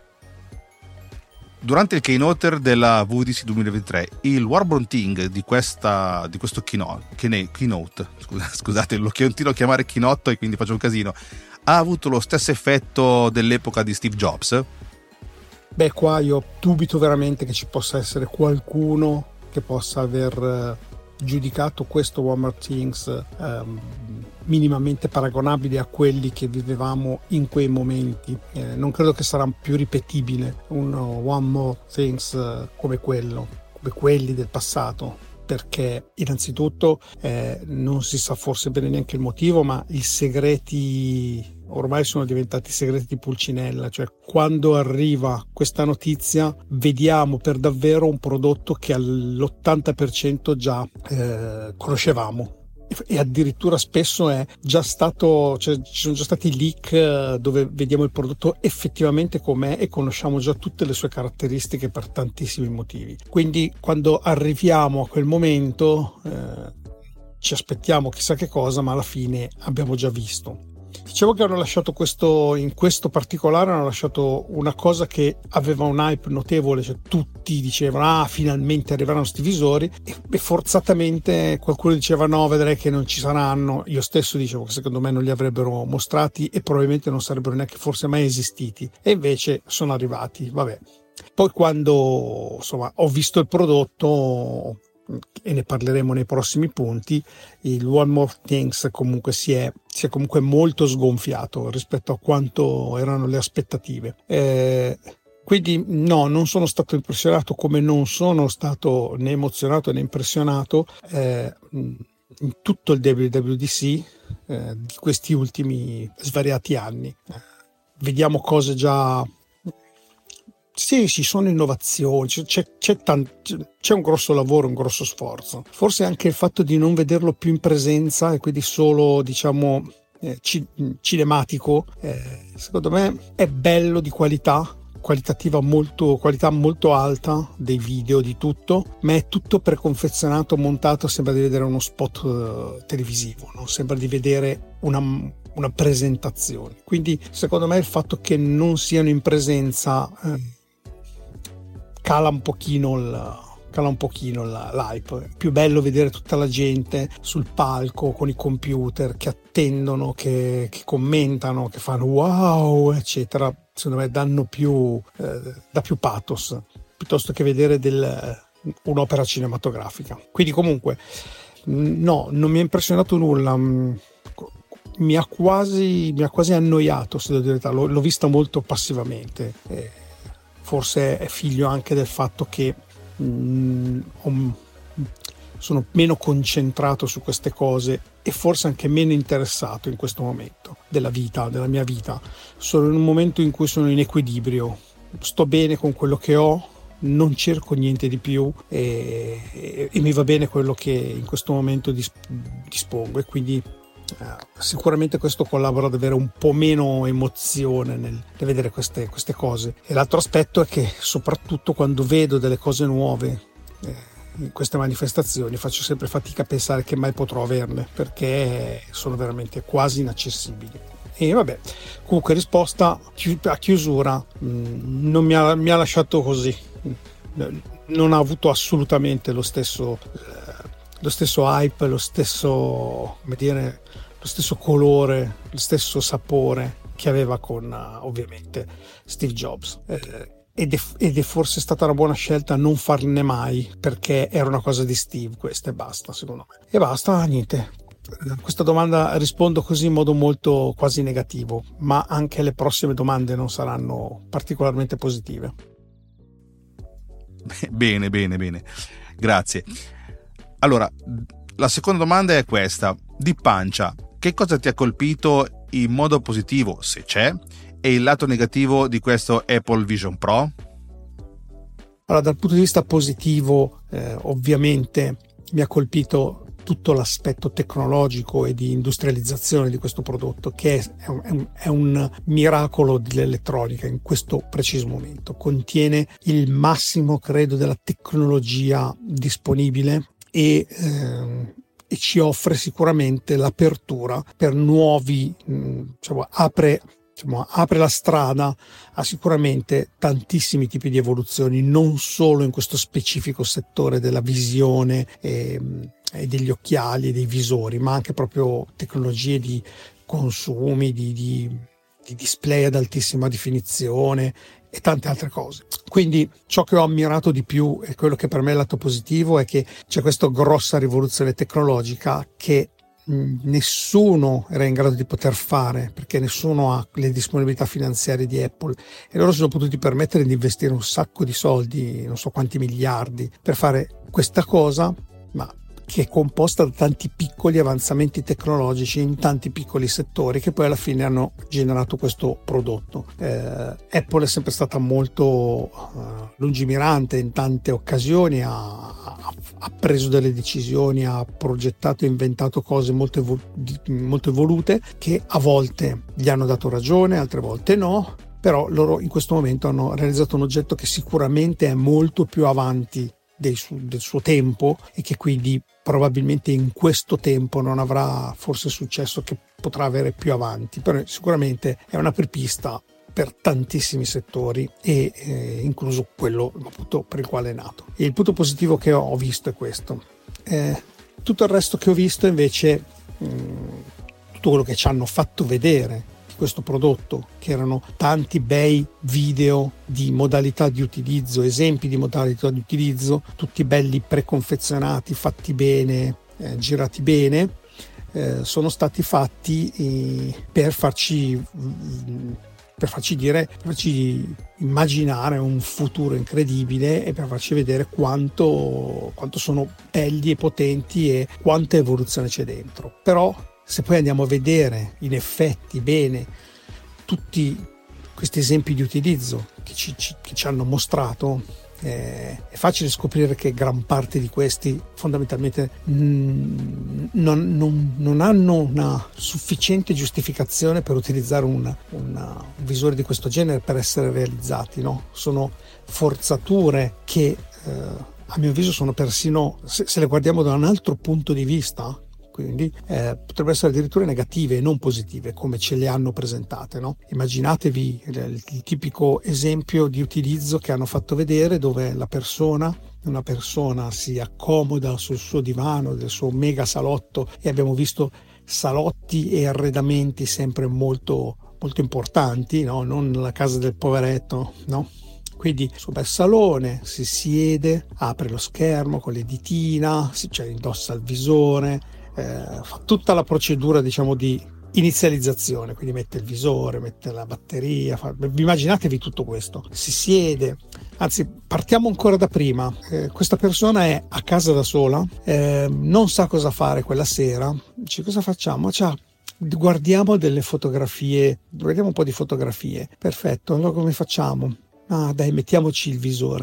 Durante il keynote della W W D C duemilaventitré, il Warburton Thing di, questa, di questo keynote, keynote scusate, lo continuo a chiamare keynote e quindi faccio un casino, ha avuto lo stesso effetto dell'epoca di Steve Jobs? Beh, qua io dubito veramente che ci possa essere qualcuno che possa aver giudicato questo One More Things um, minimamente paragonabile a quelli che vivevamo in quei momenti. Eh, non credo che sarà più ripetibile un One More Things uh, come quello, come quelli del passato, perché innanzitutto eh, non si sa forse bene neanche il motivo, ma i segreti ormai sono diventati segreti di Pulcinella, cioè quando arriva questa notizia vediamo per davvero un prodotto che all'ottanta per cento già eh, conoscevamo, e addirittura spesso è già stato, cioè ci sono già stati leak dove vediamo il prodotto effettivamente com'è e conosciamo già tutte le sue caratteristiche per tantissimi motivi. Quindi quando arriviamo a quel momento eh, ci aspettiamo chissà che cosa, ma alla fine abbiamo già visto. Dicevo che hanno lasciato questo, in questo particolare hanno lasciato una cosa che aveva un hype notevole, cioè tutti dicevano ah finalmente arriveranno sti visori, e, e forzatamente qualcuno diceva no, vedrai che non ci saranno. Io stesso dicevo che secondo me non li avrebbero mostrati e probabilmente non sarebbero neanche forse mai esistiti, e invece sono arrivati. Vabbè, poi quando insomma ho visto il prodotto, e ne parleremo nei prossimi punti, il One More Things comunque si è, si è comunque molto sgonfiato rispetto a quanto erano le aspettative. Eh, quindi no, non sono stato impressionato, come non sono stato né emozionato né impressionato eh, in tutto il W W D C eh, di questi ultimi svariati anni. Eh, vediamo cose già. Sì, ci sono innovazioni, c'è, c'è, tanto, c'è un grosso lavoro, un grosso sforzo. Forse anche il fatto di non vederlo più in presenza e quindi solo, diciamo, eh, ci, cinematico, eh, secondo me è bello, di qualità, qualitativa molto, qualità molto alta dei video, di tutto, ma è tutto preconfezionato, montato, sembra di vedere uno spot uh, televisivo, no? Sembra di vedere una... una presentazione. Quindi secondo me il fatto che non siano in presenza eh, cala un pochino il, cala un pochino l'hype. È più bello vedere tutta la gente sul palco con i computer che attendono, che, che commentano, che fanno wow eccetera. Secondo me danno più eh, dà più pathos piuttosto che vedere del, un'opera cinematografica. Quindi comunque no, non mi ha impressionato nulla. Mi ha quasi mi ha quasi annoiato, se devo dire la verità. L'ho, l'ho vista molto passivamente. Eh, forse è figlio anche del fatto che mh, ho, sono meno concentrato su queste cose e forse anche meno interessato in questo momento della vita, della mia vita. Sono in un momento in cui sono in equilibrio, sto bene con quello che ho, non cerco niente di più e, e, e mi va bene quello che in questo momento dis, dispongo, e quindi eh, sicuramente questo collabora ad avere un po' meno emozione nel, nel vedere queste, queste cose. E l'altro aspetto è che soprattutto quando vedo delle cose nuove eh, in queste manifestazioni faccio sempre fatica a pensare che mai potrò averne, perché sono veramente quasi inaccessibili. E vabbè, comunque risposta a chiusura, mh, non mi ha, mi ha lasciato così, non ha avuto assolutamente lo stesso eh, lo stesso hype, lo stesso, come dire, lo stesso colore, lo stesso sapore che aveva con uh, ovviamente Steve Jobs. Eh, ed, è, ed è forse stata una buona scelta non farne mai, perché era una cosa di Steve questa, e basta, secondo me. E basta, niente. Questa domanda rispondo così in modo molto quasi negativo, ma anche le prossime domande non saranno particolarmente positive. Bene, bene, bene. Grazie. Allora, la seconda domanda è questa. Di pancia, che cosa ti ha colpito in modo positivo, se c'è, e il lato negativo di questo Apple Vision Pro? Allora, dal punto di vista positivo, eh, ovviamente mi ha colpito tutto l'aspetto tecnologico e di industrializzazione di questo prodotto, che è un, è un, è un miracolo dell'elettronica in questo preciso momento. Contiene il massimo, credo, della tecnologia disponibile e, eh, e ci offre sicuramente l'apertura per nuovi, mh, diciamo, apre Diciamo, apre la strada a sicuramente tantissimi tipi di evoluzioni, non solo in questo specifico settore della visione e, e degli occhiali e dei visori, ma anche proprio tecnologie di consumi, di, di, di display ad altissima definizione e tante altre cose. Quindi ciò che ho ammirato di più, e quello che per me è il lato positivo, è che c'è questa grossa rivoluzione tecnologica che nessuno era in grado di poter fare, perché nessuno ha le disponibilità finanziarie di Apple, e loro si sono potuti permettere di investire un sacco di soldi, non so quanti miliardi, per fare questa cosa, ma che è composta da tanti piccoli avanzamenti tecnologici in tanti piccoli settori che poi alla fine hanno generato questo prodotto. Eh, Apple è sempre stata molto uh, lungimirante in tante occasioni, ha, ha, ha preso delle decisioni, ha progettato e inventato cose molto, evol- molto evolute, che a volte gli hanno dato ragione, altre volte no, però loro in questo momento hanno realizzato un oggetto che sicuramente è molto più avanti del suo, del suo tempo, e che quindi probabilmente in questo tempo non avrà forse il successo che potrà avere più avanti, però sicuramente è una apripista per tantissimi settori, e eh, incluso quello appunto per il quale è nato. E il punto positivo che ho visto è questo. Eh, tutto il resto che ho visto invece, mh, tutto quello che ci hanno fatto vedere questo prodotto, che erano tanti bei video di modalità di utilizzo, esempi di modalità di utilizzo, tutti belli preconfezionati, fatti bene, eh, girati bene, eh, sono stati fatti eh, per farci per farci dire, per farci immaginare un futuro incredibile, e per farci vedere quanto, quanto sono belli e potenti e quanta evoluzione c'è dentro. Però se poi andiamo a vedere in effetti bene tutti questi esempi di utilizzo che ci, ci, che ci hanno mostrato, eh, è facile scoprire che gran parte di questi fondamentalmente mh, non, non, non hanno una sufficiente giustificazione per utilizzare una, una, un visore di questo genere per essere realizzati, no? Sono forzature che eh, a mio avviso sono persino, se, se le guardiamo da un altro punto di vista, quindi eh, potrebbero essere addirittura negative e non positive come ce le hanno presentate, no? Immaginatevi il, il tipico esempio di utilizzo che hanno fatto vedere, dove la persona una persona si accomoda sul suo divano del suo mega salotto, e abbiamo visto salotti e arredamenti sempre molto molto importanti, no? Non la casa del poveretto, no? Quindi il suo bel salone, si siede, apre lo schermo con le ditina, si, cioè indossa il visore, Eh, fa tutta la procedura, diciamo, di inizializzazione, quindi mette il visore, mette la batteria, fa... immaginatevi tutto questo, si siede, anzi partiamo ancora da prima, eh, questa persona è a casa da sola, eh, non sa cosa fare quella sera, dice cosa facciamo? Cioè, guardiamo delle fotografie, guardiamo un po' di fotografie, perfetto, allora come facciamo? Ah dai, mettiamoci il visore.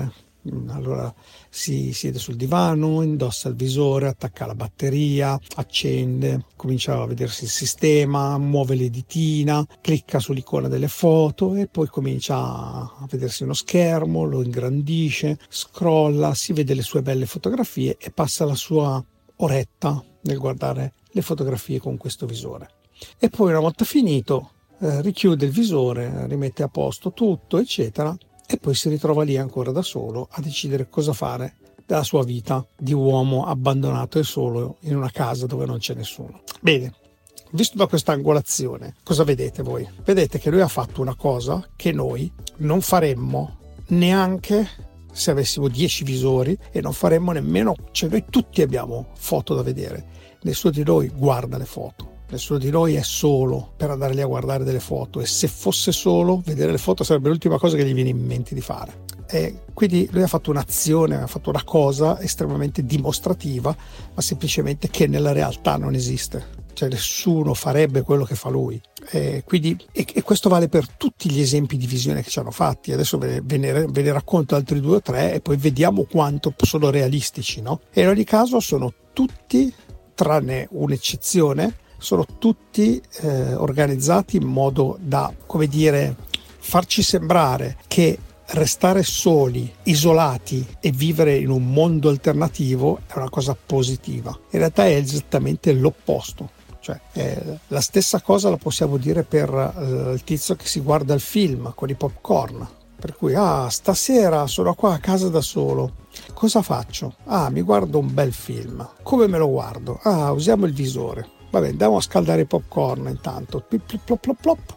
Allora si siede sul divano, indossa il visore, attacca la batteria, accende, comincia a vedersi il sistema, muove le ditina, clicca sull'icona delle foto e poi comincia a vedersi uno schermo, lo ingrandisce, scrolla, si vede le sue belle fotografie e passa la sua oretta nel guardare le fotografie con questo visore. E poi, una volta finito, eh, richiude il visore, rimette a posto tutto, eccetera, e poi si ritrova lì ancora da solo a decidere cosa fare della sua vita di uomo abbandonato e solo in una casa dove non c'è nessuno. Bene, visto da questa angolazione, cosa vedete voi? Vedete che lui ha fatto una cosa che noi non faremmo neanche se avessimo dieci visori, e non faremmo nemmeno, cioè noi tutti abbiamo foto da vedere, nessuno di noi guarda le foto. Nessuno di noi è solo per andare lì a guardare delle foto, e se fosse solo, vedere le foto sarebbe l'ultima cosa che gli viene in mente di fare. E quindi lui ha fatto un'azione, ha fatto una cosa estremamente dimostrativa, ma semplicemente che nella realtà non esiste. Cioè nessuno farebbe quello che fa lui. E, quindi, e, e questo vale per tutti gli esempi di visione che ci hanno fatti. Adesso ve, ve, ne, ve ne racconto altri due o tre e poi vediamo quanto sono realistici, no? E in ogni caso sono tutti, tranne un'eccezione, sono tutti eh, organizzati in modo da, come dire, farci sembrare che restare soli, isolati e vivere in un mondo alternativo è una cosa positiva. In realtà è esattamente l'opposto. Cioè, eh, la stessa cosa la possiamo dire per eh, il tizio che si guarda il film con i popcorn. Per cui, ah, stasera sono qua a casa da solo. Cosa faccio? Ah, mi guardo un bel film. Come me lo guardo? Ah, usiamo il visore. Vabbè, andiamo a scaldare i popcorn intanto. Plop, plop, plop, plop.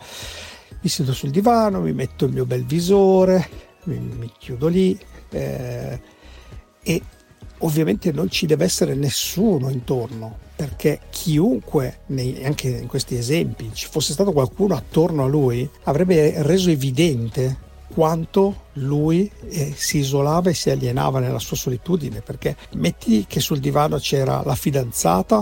Mi siedo sul divano, mi metto il mio bel visore, mi, mi chiudo lì eh, e ovviamente non ci deve essere nessuno intorno, perché chiunque, nei, anche in questi esempi, ci fosse stato qualcuno attorno a lui, avrebbe reso evidente quanto lui eh, si isolava e si alienava nella sua solitudine. Perché metti che sul divano c'era la fidanzata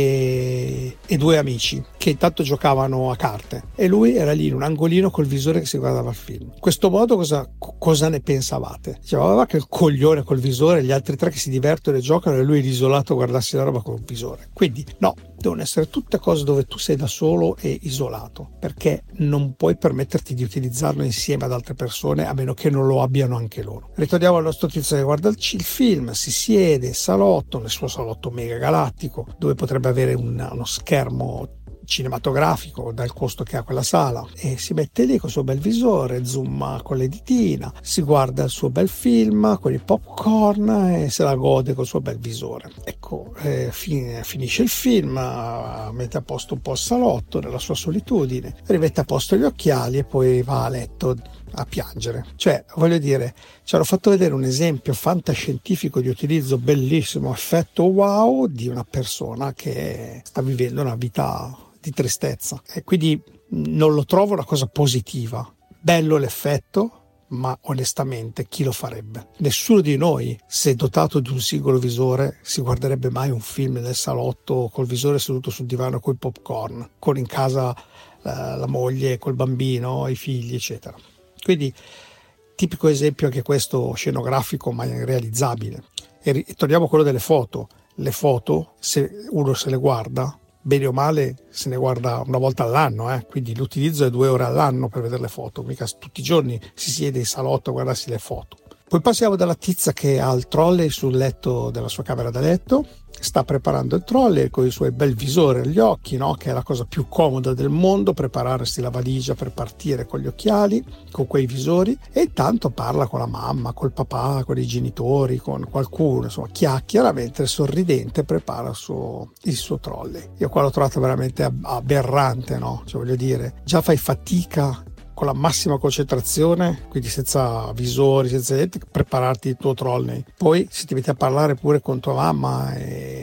e, e due amici che intanto giocavano a carte e lui era lì in un angolino col visore che si guardava il film. In questo modo cosa, cosa ne pensavate? Diceva, va che il coglione col visore, gli altri tre che si divertono e giocano e lui è isolato a guardarsi la roba col visore. Quindi no, devono essere tutte cose dove tu sei da solo e isolato, perché non puoi permetterti di utilizzarlo insieme ad altre persone a meno che non lo abbiano anche loro. Ritorniamo al nostro tizio che guarda il, il film, si siede, salotto, nel suo salotto mega galattico, dove potrebbe avere un, uno schermo cinematografico dal costo che ha quella sala, e si mette lì con il suo bel visore, zooma con le ditina, si guarda il suo bel film con i popcorn e se la gode col suo bel visore. Ecco, eh, fin- finisce il film, mette a posto un po' il salotto nella sua solitudine, rimette a posto gli occhiali e poi va a letto a piangere. Cioè, voglio dire, ci hanno fatto vedere un esempio fantascientifico di utilizzo bellissimo, effetto wow, di una persona che sta vivendo una vita di tristezza, e quindi non lo trovo una cosa positiva. Bello l'effetto, ma onestamente chi lo farebbe? Nessuno di noi, se dotato di un singolo visore, si guarderebbe mai un film nel salotto col visore seduto sul divano con i popcorn, con in casa la, la moglie col bambino, i figli, eccetera. Quindi tipico esempio anche questo scenografico ma realizzabile. E torniamo a quello delle foto. Le foto, se uno se le guarda, bene o male se ne guarda una volta all'anno, eh? Quindi l'utilizzo è due ore all'anno per vedere le foto, mica tutti i giorni si siede in salotto a guardarsi le foto. Poi passiamo dalla tizia che ha il trolley sul letto della sua camera da letto, sta preparando il trolley con i suoi bel visori agli occhi, no? Che è la cosa più comoda del mondo, prepararsi la valigia per partire con gli occhiali, con quei visori, e intanto parla con la mamma, col papà, con i genitori, con qualcuno, insomma chiacchiera mentre sorridente prepara il suo, il suo trolley. Io qua l'ho trovato veramente aberrante, no? Cioè, voglio dire, già fai fatica con la massima concentrazione, quindi senza visori, senza niente, prepararti il tuo trolley. Poi se ti metti a parlare pure con tua mamma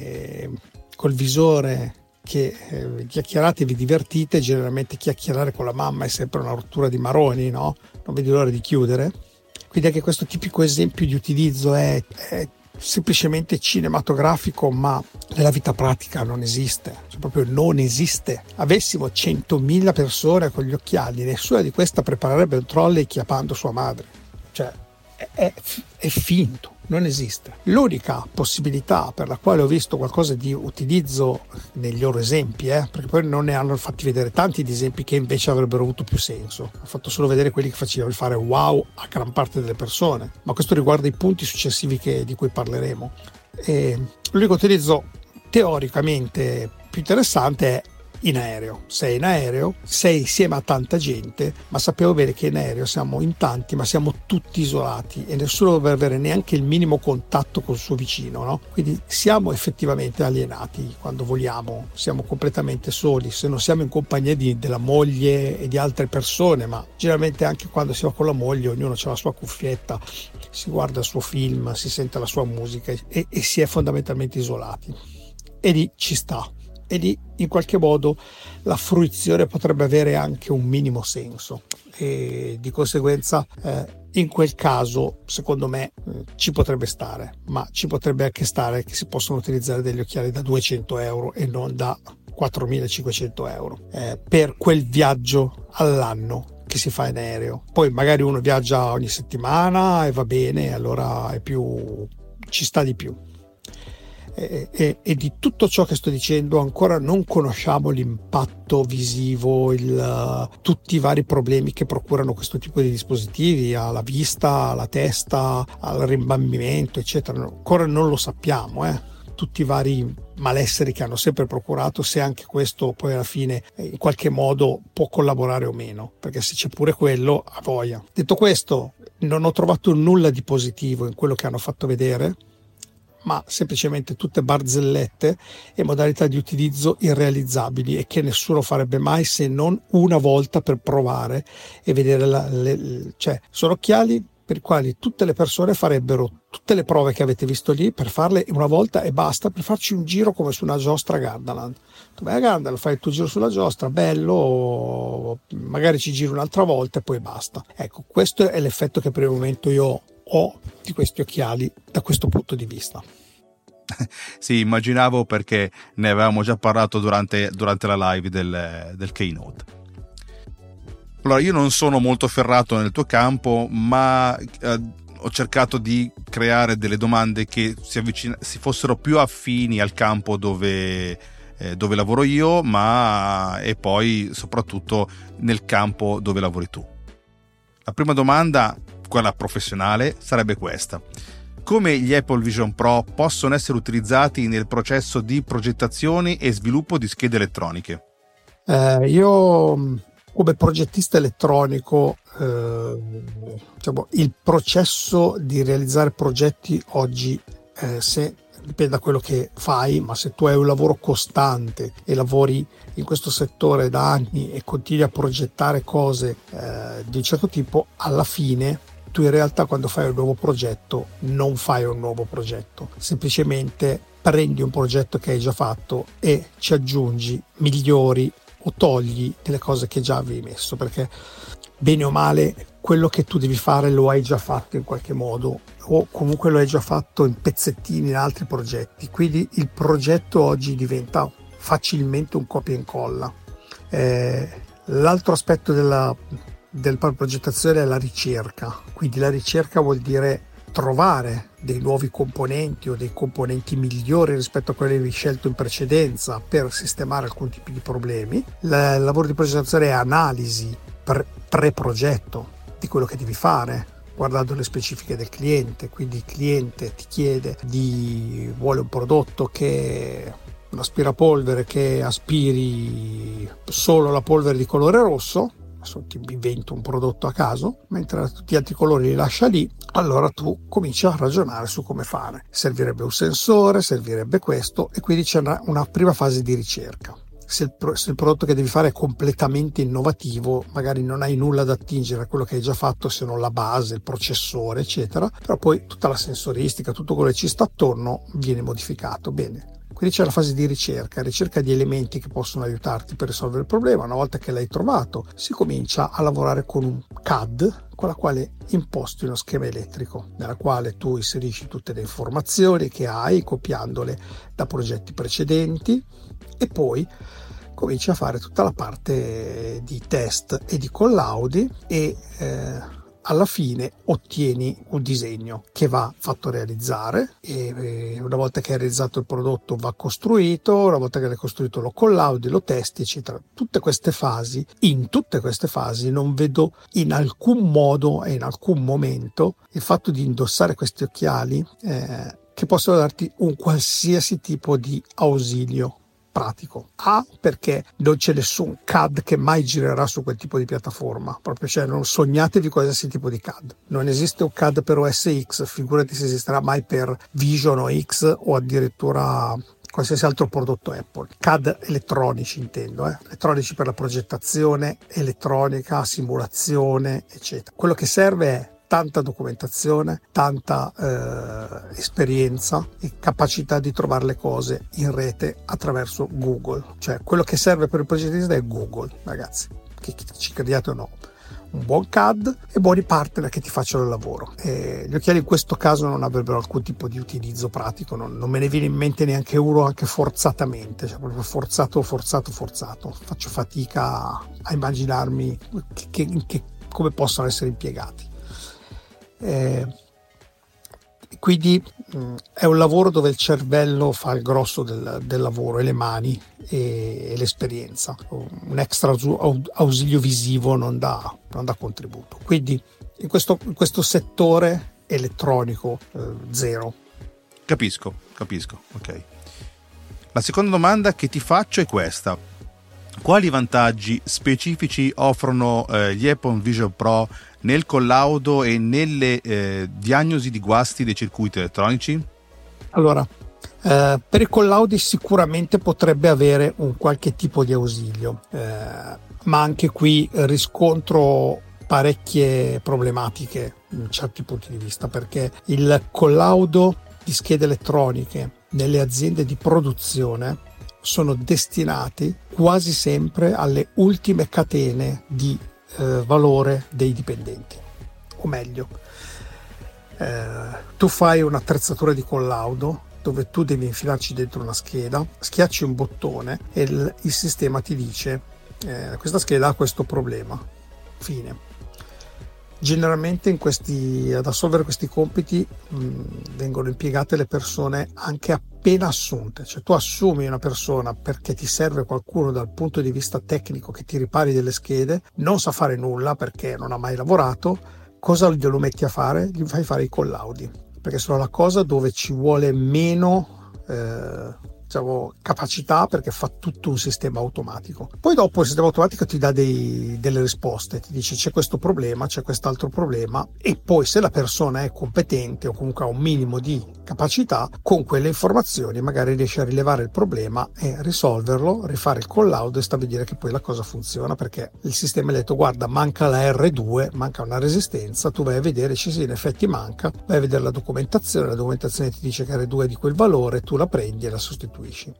e col visore, che eh, chiacchierate, vi divertite, generalmente chiacchierare con la mamma è sempre una rottura di maroni, no? Non vedi l'ora di chiudere. Quindi anche questo tipico esempio di utilizzo è, è semplicemente cinematografico, ma nella vita pratica non esiste, cioè proprio non esiste. Avessimo centomila persone con gli occhiali, nessuna di queste preparerebbe un trolley chiappando sua madre. Cioè, è, è finto, non esiste. L'unica possibilità per la quale ho visto qualcosa di utilizzo negli loro esempi, eh, perché poi non ne hanno fatti vedere tanti di esempi che invece avrebbero avuto più senso, ho fatto solo vedere quelli che facevano fare wow a gran parte delle persone, ma questo riguarda i punti successivi che, di cui parleremo. E l'unico utilizzo teoricamente più interessante è in aereo. Sei in aereo, sei insieme a tanta gente, ma sappiamo bene che in aereo siamo in tanti, ma siamo tutti isolati e nessuno dovrebbe avere neanche il minimo contatto col suo vicino, no? Quindi siamo effettivamente alienati quando voliamo, siamo completamente soli, se non siamo in compagnia di, della moglie e di altre persone, ma generalmente anche quando siamo con la moglie ognuno ha la sua cuffietta, si guarda il suo film, si sente la sua musica e, e si è fondamentalmente isolati. E lì ci sta. E lì in qualche modo la fruizione potrebbe avere anche un minimo senso e di conseguenza eh, in quel caso secondo me eh, ci potrebbe stare, ma ci potrebbe anche stare che si possono utilizzare degli occhiali da duecento euro e non da quattromilacinquecento euro eh, per quel viaggio all'anno che si fa in aereo. Poi magari uno viaggia ogni settimana e va bene, allora è più, ci sta di più. E, e, e di tutto ciò che sto dicendo ancora non conosciamo l'impatto visivo, il, uh, tutti i vari problemi che procurano questo tipo di dispositivi alla vista, alla testa, al rimbambimento eccetera, ancora non lo sappiamo, eh. Tutti i vari malesseri che hanno sempre procurato, se anche questo poi alla fine in qualche modo può collaborare o meno, perché se c'è pure quello a voglia. Detto questo, non ho trovato nulla di positivo in quello che hanno fatto vedere, ma semplicemente tutte barzellette e modalità di utilizzo irrealizzabili e che nessuno farebbe mai se non una volta per provare e vedere la, le, cioè sono occhiali per i quali tutte le persone farebbero tutte le prove che avete visto lì per farle una volta e basta, per farci un giro come su una giostra Gardaland. Tu vai a Gardaland, fai il tuo giro sulla giostra, bello, magari ci giri un'altra volta e poi basta. Ecco, questo è l'effetto che per il momento io ho di questi occhiali da questo punto di vista. Sì, immaginavo, perché ne avevamo già parlato durante, durante la live del, del Keynote. Allora, io non sono molto ferrato nel tuo campo, ma eh, ho cercato di creare delle domande che si, avvicina, si fossero più affini al campo dove, eh, dove lavoro io, ma e poi soprattutto nel campo dove lavori tu. La prima domanda, quella professionale, sarebbe questa: come gli Apple Vision Pro possono essere utilizzati nel processo di progettazione e sviluppo di schede elettroniche? Eh, io come progettista elettronico eh, diciamo, il processo di realizzare progetti oggi eh, se dipende da quello che fai, ma se tu hai un lavoro costante e lavori in questo settore da anni e continui a progettare cose eh, di un certo tipo, alla fine tu in realtà quando fai un nuovo progetto non fai un nuovo progetto, semplicemente prendi un progetto che hai già fatto e ci aggiungi, migliori o togli delle cose che già avevi messo, perché bene o male quello che tu devi fare lo hai già fatto in qualche modo o comunque lo hai già fatto in pezzettini in altri progetti, quindi il progetto oggi diventa facilmente un copia e incolla. Eh, l'altro aspetto della, della progettazione è la ricerca, quindi la ricerca vuol dire trovare dei nuovi componenti o dei componenti migliori rispetto a quelli che avevi scelto in precedenza per sistemare alcuni tipi di problemi. Il lavoro di progettazione è analisi pre- pre-progetto di quello che devi fare, guardando le specifiche del cliente, quindi il cliente ti chiede di vuole un prodotto che un aspirapolvere che aspiri solo la polvere di colore rosso, adesso ti invento un prodotto a caso, mentre tutti gli altri colori li lascia lì, allora tu cominci a ragionare su come fare. Servirebbe un sensore, servirebbe questo, e quindi c'è una, una prima fase di ricerca. Se il, se il prodotto che devi fare è completamente innovativo, magari non hai nulla da attingere a quello che hai già fatto se non la base, il processore eccetera, però poi tutta la sensoristica, tutto quello che ci sta attorno viene modificato. Bene, quindi c'è la fase di ricerca, ricerca di elementi che possono aiutarti per risolvere il problema. Una volta che l'hai trovato si comincia a lavorare con un C A D con la quale imposti uno schema elettrico nella quale tu inserisci tutte le informazioni che hai copiandole da progetti precedenti e poi cominci a fare tutta la parte di test e di collaudi e eh, alla fine ottieni un disegno che va fatto realizzare e una volta che hai realizzato il prodotto va costruito, una volta che l'hai costruito lo collaudi, lo testi, eccetera. Tutte queste fasi, in tutte queste fasi non vedo in alcun modo e in alcun momento il fatto di indossare questi occhiali eh, che possono darti un qualsiasi tipo di ausilio pratico. A, perché non c'è nessun C A D che mai girerà su quel tipo di piattaforma, proprio, cioè non sognatevi qualsiasi tipo di C A D. Non esiste un C A D per O S X, figurati se esisterà mai per Vision O X o addirittura qualsiasi altro prodotto Apple. C A D elettronici intendo, eh? elettronici per la progettazione, elettronica, simulazione, eccetera. Quello che serve è tanta documentazione, tanta eh, esperienza e capacità di trovare le cose in rete attraverso Google. Cioè quello che serve per il progettista è Google, ragazzi, che ci crediate o no. Un buon C A D e buoni partner che ti facciano il lavoro. E gli occhiali in questo caso non avrebbero alcun tipo di utilizzo pratico, non, non me ne viene in mente neanche uno, anche forzatamente, cioè proprio forzato, forzato, forzato. Faccio fatica a, a immaginarmi che, che, che, come possono essere impiegati. Eh, quindi mh, è un lavoro dove il cervello fa il grosso del, del lavoro e le mani e, e l'esperienza. Un extra ausilio visivo non dà, non dà contributo. Quindi in questo, in questo settore elettronico eh, zero. Capisco, capisco, ok. La seconda domanda che ti faccio è questa: quali vantaggi specifici offrono eh, gli Apple Vision Pro nel collaudo e nelle eh, diagnosi di guasti dei circuiti elettronici? Allora, eh, per i collaudi sicuramente potrebbe avere un qualche tipo di ausilio, eh, ma anche qui riscontro parecchie problematiche in certi punti di vista, perché il collaudo di schede elettroniche nelle aziende di produzione sono destinati quasi sempre alle ultime catene di eh, valore dei dipendenti. O meglio, eh, tu fai un'attrezzatura di collaudo dove tu devi infilarci dentro una scheda, schiacci un bottone e il, il sistema ti dice eh, questa scheda ha questo problema. Fine. Generalmente in questi, ad assolvere questi compiti mh, vengono impiegate le persone anche appena assunte, cioè tu assumi una persona perché ti serve qualcuno dal punto di vista tecnico che ti ripari delle schede, non sa fare nulla perché non ha mai lavorato, cosa glielo metti a fare? Gli fai fare i collaudi, perché sono la cosa dove ci vuole meno eh, diciamo, capacità, perché fa tutto un sistema automatico. Poi dopo il sistema automatico ti dà dei, delle risposte, ti dice c'è questo problema, c'è quest'altro problema, e poi se la persona è competente o comunque ha un minimo di capacità, con quelle informazioni magari riesce a rilevare il problema e risolverlo, rifare il collaudo e stabilire che poi la cosa funziona, perché il sistema ha detto guarda manca la erre due, manca una resistenza, tu vai a vedere, ci sì in effetti manca, vai a vedere la documentazione, la documentazione ti dice che erre due è di quel valore, tu la prendi e la sostituisci.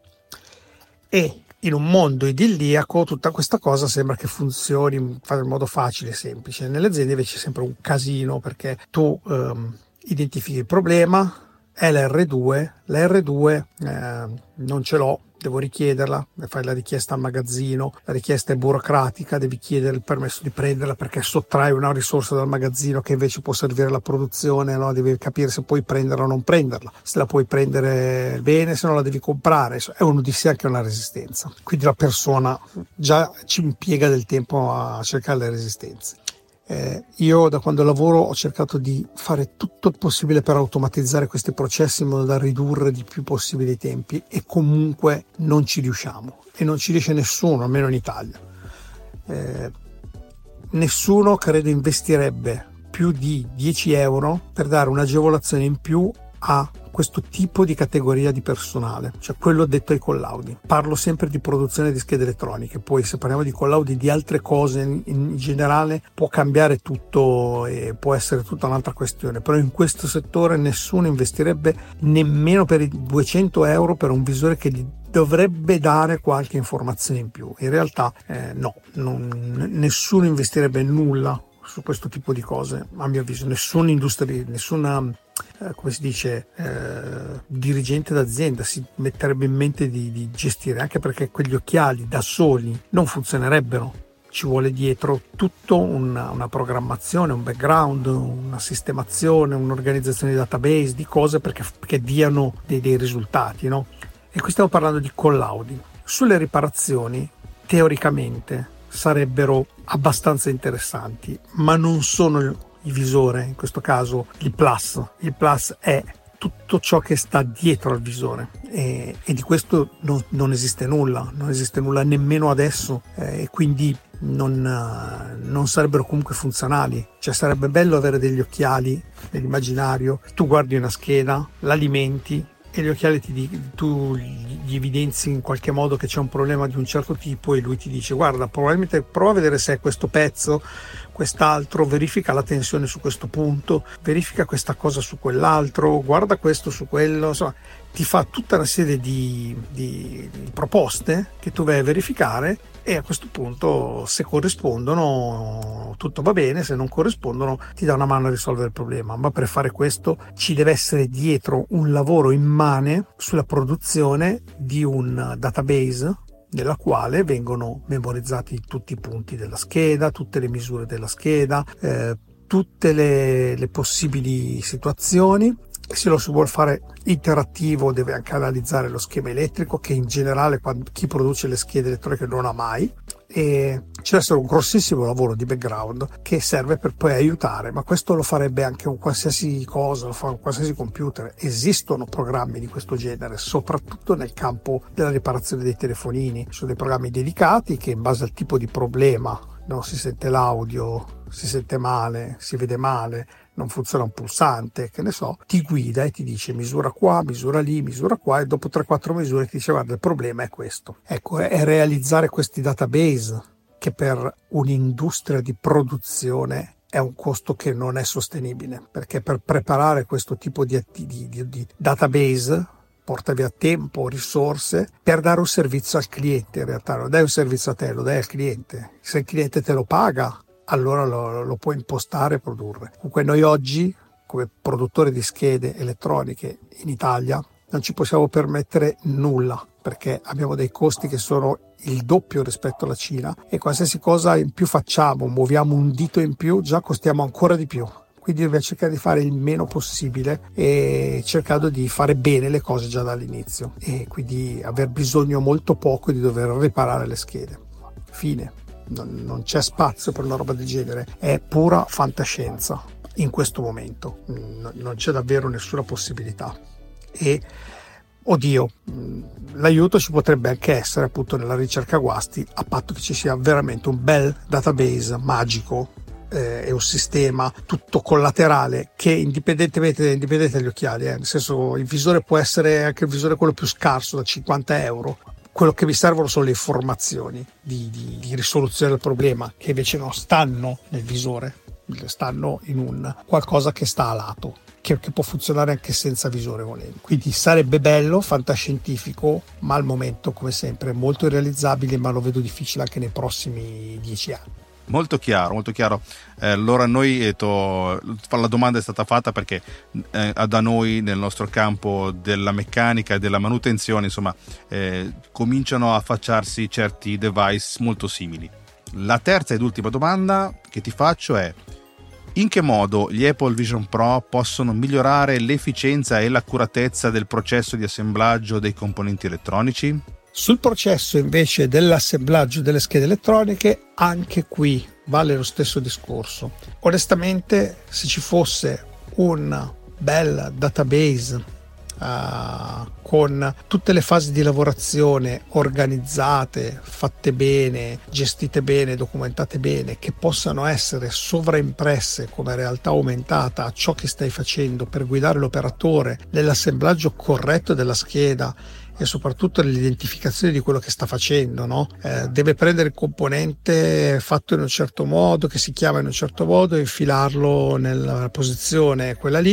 E in un mondo idilliaco tutta questa cosa sembra che funzioni in modo facile e semplice. Nelle aziende invece è sempre un casino, perché tu ehm, identifichi il problema, è la erre due, la erre due eh, non ce l'ho, devo richiederla, fai la richiesta al magazzino, la richiesta è burocratica, devi chiedere il permesso di prenderla perché sottrai una risorsa dal magazzino che invece può servire alla produzione, no? Devi capire se puoi prenderla o non prenderla, se la puoi prendere bene, se non la devi comprare, è un'odissea che è una resistenza, quindi la persona già ci impiega del tempo a cercare le resistenze. Eh, io da quando lavoro ho cercato di fare tutto il possibile per automatizzare questi processi in modo da ridurre di più possibile i tempi, e comunque non ci riusciamo, e non ci riesce nessuno, almeno in Italia. Eh, nessuno credo investirebbe più di dieci euro per dare un'agevolazione in più a questo tipo di categoria di personale, cioè quello detto ai collaudi. Parlo sempre di produzione di schede elettroniche, poi se parliamo di collaudi di altre cose in, in generale può cambiare tutto e può essere tutta un'altra questione, però in questo settore nessuno investirebbe nemmeno per i duecento euro per un visore che gli dovrebbe dare qualche informazione in più. In realtà eh, no, non, nessuno investirebbe nulla su questo tipo di cose, a mio avviso. Nessun industria, nessuna eh, come si dice eh, dirigente d'azienda si metterebbe in mente di, di gestire, anche perché quegli occhiali da soli non funzionerebbero, ci vuole dietro tutto una, una programmazione, un background, una sistemazione, un'organizzazione di database, di cose perché, perché diano dei, dei risultati, no? E qui stiamo parlando di collauding. Sulle riparazioni, teoricamente, sarebbero abbastanza interessanti, ma non sono il visore, in questo caso il plus. Il plus è tutto ciò che sta dietro al visore e, e di questo non, non esiste nulla, non esiste nulla nemmeno adesso eh, e quindi non, non sarebbero comunque funzionali. Cioè sarebbe bello avere degli occhiali nell'immaginario, tu guardi una scheda, l'alimenti e gli occhiali ti, tu gli evidenzi in qualche modo che c'è un problema di un certo tipo e lui ti dice guarda, probabilmente prova a vedere se è questo pezzo, quest'altro, verifica la tensione su questo punto, verifica questa cosa su quell'altro, guarda questo su quello, insomma ti fa tutta una serie di, di, di proposte che tu vai a verificare e a questo punto se corrispondono tutto va bene, se non corrispondono ti dà una mano a risolvere il problema. Ma per fare questo ci deve essere dietro un lavoro immane sulla produzione di un database nella quale vengono memorizzati tutti i punti della scheda, tutte le misure della scheda, eh, tutte le, le possibili situazioni. Se lo si vuole fare interattivo deve anche analizzare lo schema elettrico che in generale quando, chi produce le schede elettroniche non ha mai, e ci deve essere un grossissimo lavoro di background che serve per poi aiutare, ma questo lo farebbe anche un qualsiasi cosa, lo fa un qualsiasi computer. Esistono programmi di questo genere, soprattutto nel campo della riparazione dei telefonini, sono dei programmi dedicati che in base al tipo di problema, no, si sente l'audio, si sente male, si vede male, non funziona un pulsante, che ne so, ti guida e ti dice misura qua, misura lì, misura qua e dopo tre quattro misure ti dice guarda il problema è questo. Ecco, è realizzare questi database che per un'industria di produzione è un costo che non è sostenibile, perché per preparare questo tipo di, di, di, di database porta via tempo, risorse per dare un servizio al cliente. In realtà non dai un servizio a te, lo dai al cliente. Se il cliente te lo paga, allora lo, lo puoi impostare e produrre. Comunque noi oggi, come produttori di schede elettroniche in Italia, non ci possiamo permettere nulla, perché abbiamo dei costi che sono il doppio rispetto alla Cina e qualsiasi cosa in più facciamo, muoviamo un dito in più, già costiamo ancora di più. Quindi dobbiamo cercare di fare il meno possibile e cercando di fare bene le cose già dall'inizio e quindi aver bisogno molto poco di dover riparare le schede. Fine. Non, non c'è spazio per una roba del genere, è pura fantascienza in questo momento, non, non c'è davvero nessuna possibilità. E oddio, l'aiuto ci potrebbe anche essere appunto nella ricerca guasti, a patto che ci sia veramente un bel database magico eh, e un sistema tutto collaterale che indipendentemente indipendente dagli occhiali, eh, nel senso il visore può essere anche il visore quello più scarso da cinquanta euro. Quello che vi servono sono le informazioni di, di, di risoluzione del problema, che invece non stanno nel visore, stanno in un qualcosa che sta a lato, che, che può funzionare anche senza visore volendo. Quindi sarebbe bello, fantascientifico, ma al momento, come sempre, molto irrealizzabile, ma lo vedo difficile anche nei prossimi dieci anni. Molto chiaro, molto chiaro. Eh, allora noi, eh, to, la domanda è stata fatta perché eh, da noi nel nostro campo della meccanica e della manutenzione, insomma, eh, cominciano a affacciarsi certi device molto simili. La terza ed ultima domanda che ti faccio è: in che modo gli Apple Vision Pro possono migliorare l'efficienza e l'accuratezza del processo di assemblaggio dei componenti elettronici? Sul processo invece dell'assemblaggio delle schede elettroniche, anche qui vale lo stesso discorso. Onestamente, se ci fosse un bel database uh, con tutte le fasi di lavorazione organizzate, fatte bene, gestite bene, documentate bene, che possano essere sovraimpresse come realtà aumentata a ciò che stai facendo per guidare l'operatore nell'assemblaggio corretto della scheda e soprattutto nell'identificazione di quello che sta facendo, no? Eh, deve prendere il componente fatto in un certo modo, che si chiama in un certo modo, e infilarlo nella posizione quella lì,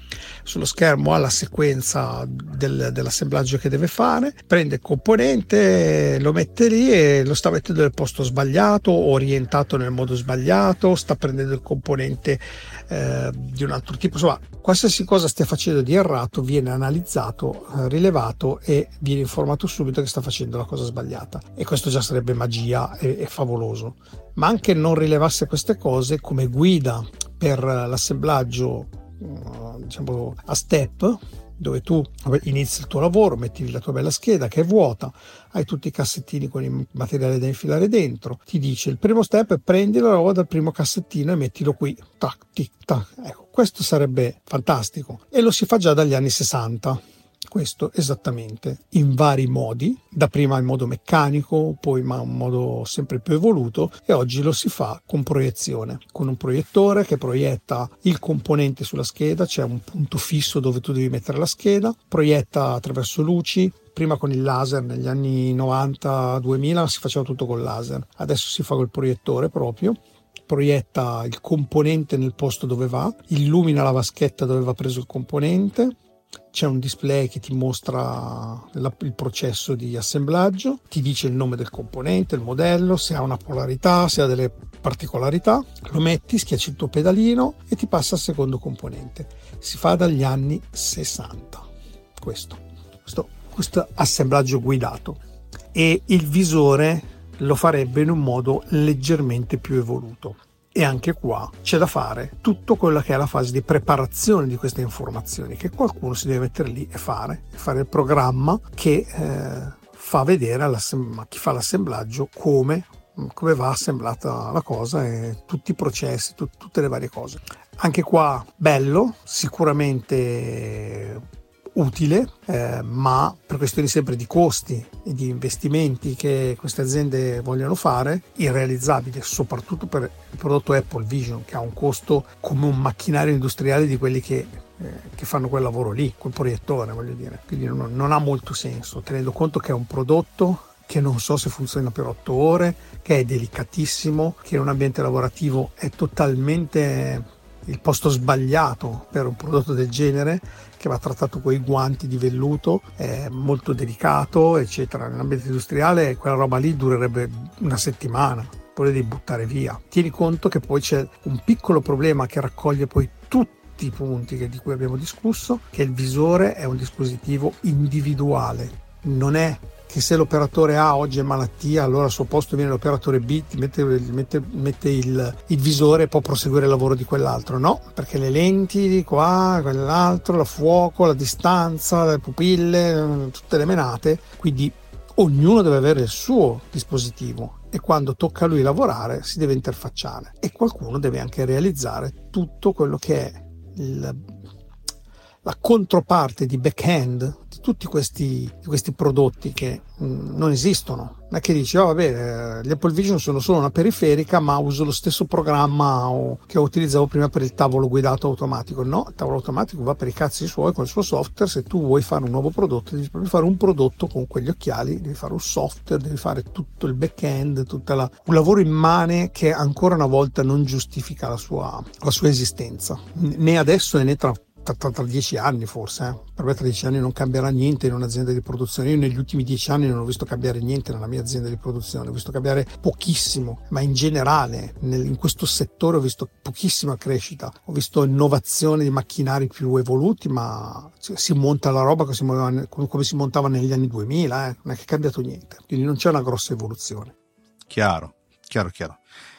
sullo schermo ha la sequenza del, dell'assemblaggio che deve fare, prende il componente, lo mette lì e lo sta mettendo nel posto sbagliato, orientato nel modo sbagliato, sta prendendo il componente eh, di un altro tipo. Insomma, qualsiasi cosa stia facendo di errato viene analizzato, eh, rilevato e viene informato subito che sta facendo la cosa sbagliata, e questo già sarebbe magia e, e favoloso. Ma anche non rilevasse queste cose, come guida per l'assemblaggio, diciamo a step, dove tu inizi il tuo lavoro, metti la tua bella scheda che è vuota, hai tutti i cassettini con il materiale da infilare dentro, ti dice il primo step è prendi la roba dal primo cassettino e mettilo qui, tac, tic, tac. Ecco, questo sarebbe fantastico e lo si fa già dagli anni sessanta. Questo esattamente, in vari modi, dapprima in modo meccanico, poi in un modo sempre più evoluto, e oggi lo si fa con proiezione, con un proiettore che proietta il componente sulla scheda, c'è un punto fisso dove tu devi mettere la scheda, proietta attraverso luci. Prima con il laser, negli anni novanta duemila si faceva tutto col laser, adesso si fa col proiettore proprio. Proietta il componente nel posto dove va, illumina la vaschetta dove va preso il componente. C'è un display che ti mostra il processo di assemblaggio, ti dice il nome del componente, il modello, se ha una polarità, se ha delle particolarità, lo metti, schiacci il tuo pedalino e ti passa al secondo componente. Si fa dagli anni sessanta questo, questo, questo assemblaggio guidato, e il visore lo farebbe in un modo leggermente più evoluto. E anche qua c'è da fare tutto quello che è la fase di preparazione di queste informazioni, che qualcuno si deve mettere lì e fare, e fare il programma che eh, fa vedere a chi fa l'assemblaggio come, come va assemblata la cosa e tutti i processi, tut, tutte le varie cose. Anche qua bello, sicuramente utile, eh, ma per questioni sempre di costi e di investimenti che queste aziende vogliono fare, irrealizzabile, soprattutto per il prodotto Apple Vision, che ha un costo come un macchinario industriale di quelli che, eh, che fanno quel lavoro lì, quel proiettore, voglio dire. Quindi non, non ha molto senso, tenendo conto che è un prodotto che non so se funziona per otto ore, che è delicatissimo, che in un ambiente lavorativo è totalmente il posto sbagliato per un prodotto del genere, che va trattato con i guanti di velluto, è molto delicato, eccetera. Nell'ambiente industriale quella roba lì durerebbe una settimana, poi la devi buttare via. Tieni conto che poi c'è un piccolo problema che raccoglie poi tutti i punti che, di cui abbiamo discusso, che il visore è un dispositivo individuale, non è che se l'operatore A oggi è malattia, allora al suo posto viene l'operatore B, ti mette, mette, mette il, il visore e può proseguire il lavoro di quell'altro. No, perché le lenti di qua, quell'altro, la fuoco, la distanza, le pupille, tutte le menate, quindi ognuno deve avere il suo dispositivo e quando tocca a lui lavorare si deve interfacciare, e qualcuno deve anche realizzare tutto quello che è il, la controparte di back-end di tutti questi, di questi prodotti che mh, non esistono. Non è che dici, oh, vabbè, gli Apple Vision sono solo una periferica, ma uso lo stesso programma o, che utilizzavo prima per il tavolo guidato automatico. No, il tavolo automatico va per i cazzi suoi con il suo software. Se tu vuoi fare un nuovo prodotto, devi proprio fare un prodotto con quegli occhiali, devi fare un software, devi fare tutto il back-end, tutta la, un lavoro immane che ancora una volta non giustifica la sua, la sua esistenza, né adesso né tra Tra, tra dieci anni forse, eh. Per me tra dieci anni non cambierà niente in un'azienda di produzione. Io negli ultimi dieci anni non ho visto cambiare niente nella mia azienda di produzione, ho visto cambiare pochissimo, ma in generale nel, in questo settore ho visto pochissima crescita, ho visto innovazione di macchinari più evoluti, ma si monta la roba che si muoveva, come si montava negli anni duemila, eh. Non è che è cambiato niente, quindi non c'è una grossa evoluzione. Chiaro, chiaro, chiaro.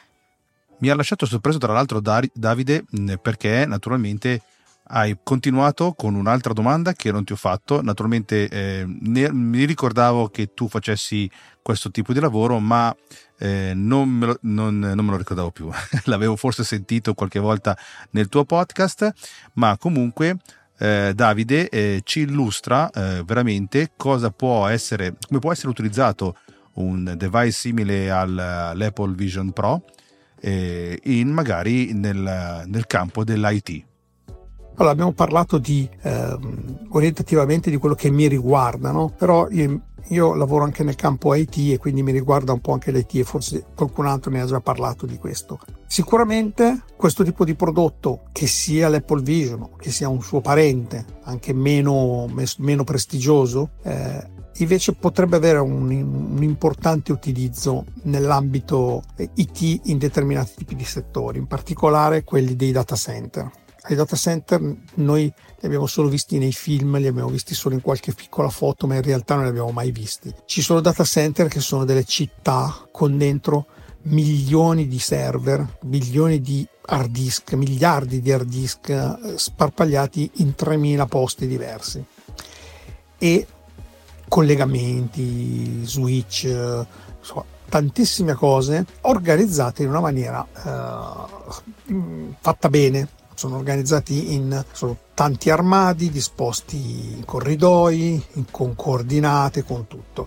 Mi ha lasciato sorpreso tra l'altro Davide, perché naturalmente hai continuato con un'altra domanda che non ti ho fatto. Naturalmente eh, ne, mi ricordavo che tu facessi questo tipo di lavoro, ma eh, non, me lo, non, non me lo ricordavo più. L'avevo forse sentito qualche volta nel tuo podcast, ma comunque eh, Davide eh, ci illustra eh, veramente cosa può essere, come può essere utilizzato un device simile al, all'Apple Vision Pro eh, in magari nel, nel campo dell'I T. Allora, abbiamo parlato di eh, orientativamente di quello che mi riguarda, no? Però io, io lavoro anche nel campo I T e quindi mi riguarda un po' anche l'I T e forse qualcun altro mi ha già parlato di questo. Sicuramente questo tipo di prodotto, che sia l'Apple Vision, che sia un suo parente, anche meno, meno prestigioso, eh, invece potrebbe avere un, un importante utilizzo nell'ambito I T in determinati tipi di settori, in particolare quelli dei data center. I data center noi li abbiamo solo visti nei film, li abbiamo visti solo in qualche piccola foto, ma in realtà non li abbiamo mai visti. Ci sono data center che sono delle città con dentro milioni di server, milioni di hard disk, miliardi di hard disk sparpagliati in tremila posti diversi e collegamenti, switch, insomma, tantissime cose organizzate in una maniera eh, fatta bene. Sono organizzati in sono tanti armadi disposti in corridoi, in, con coordinate, con tutto.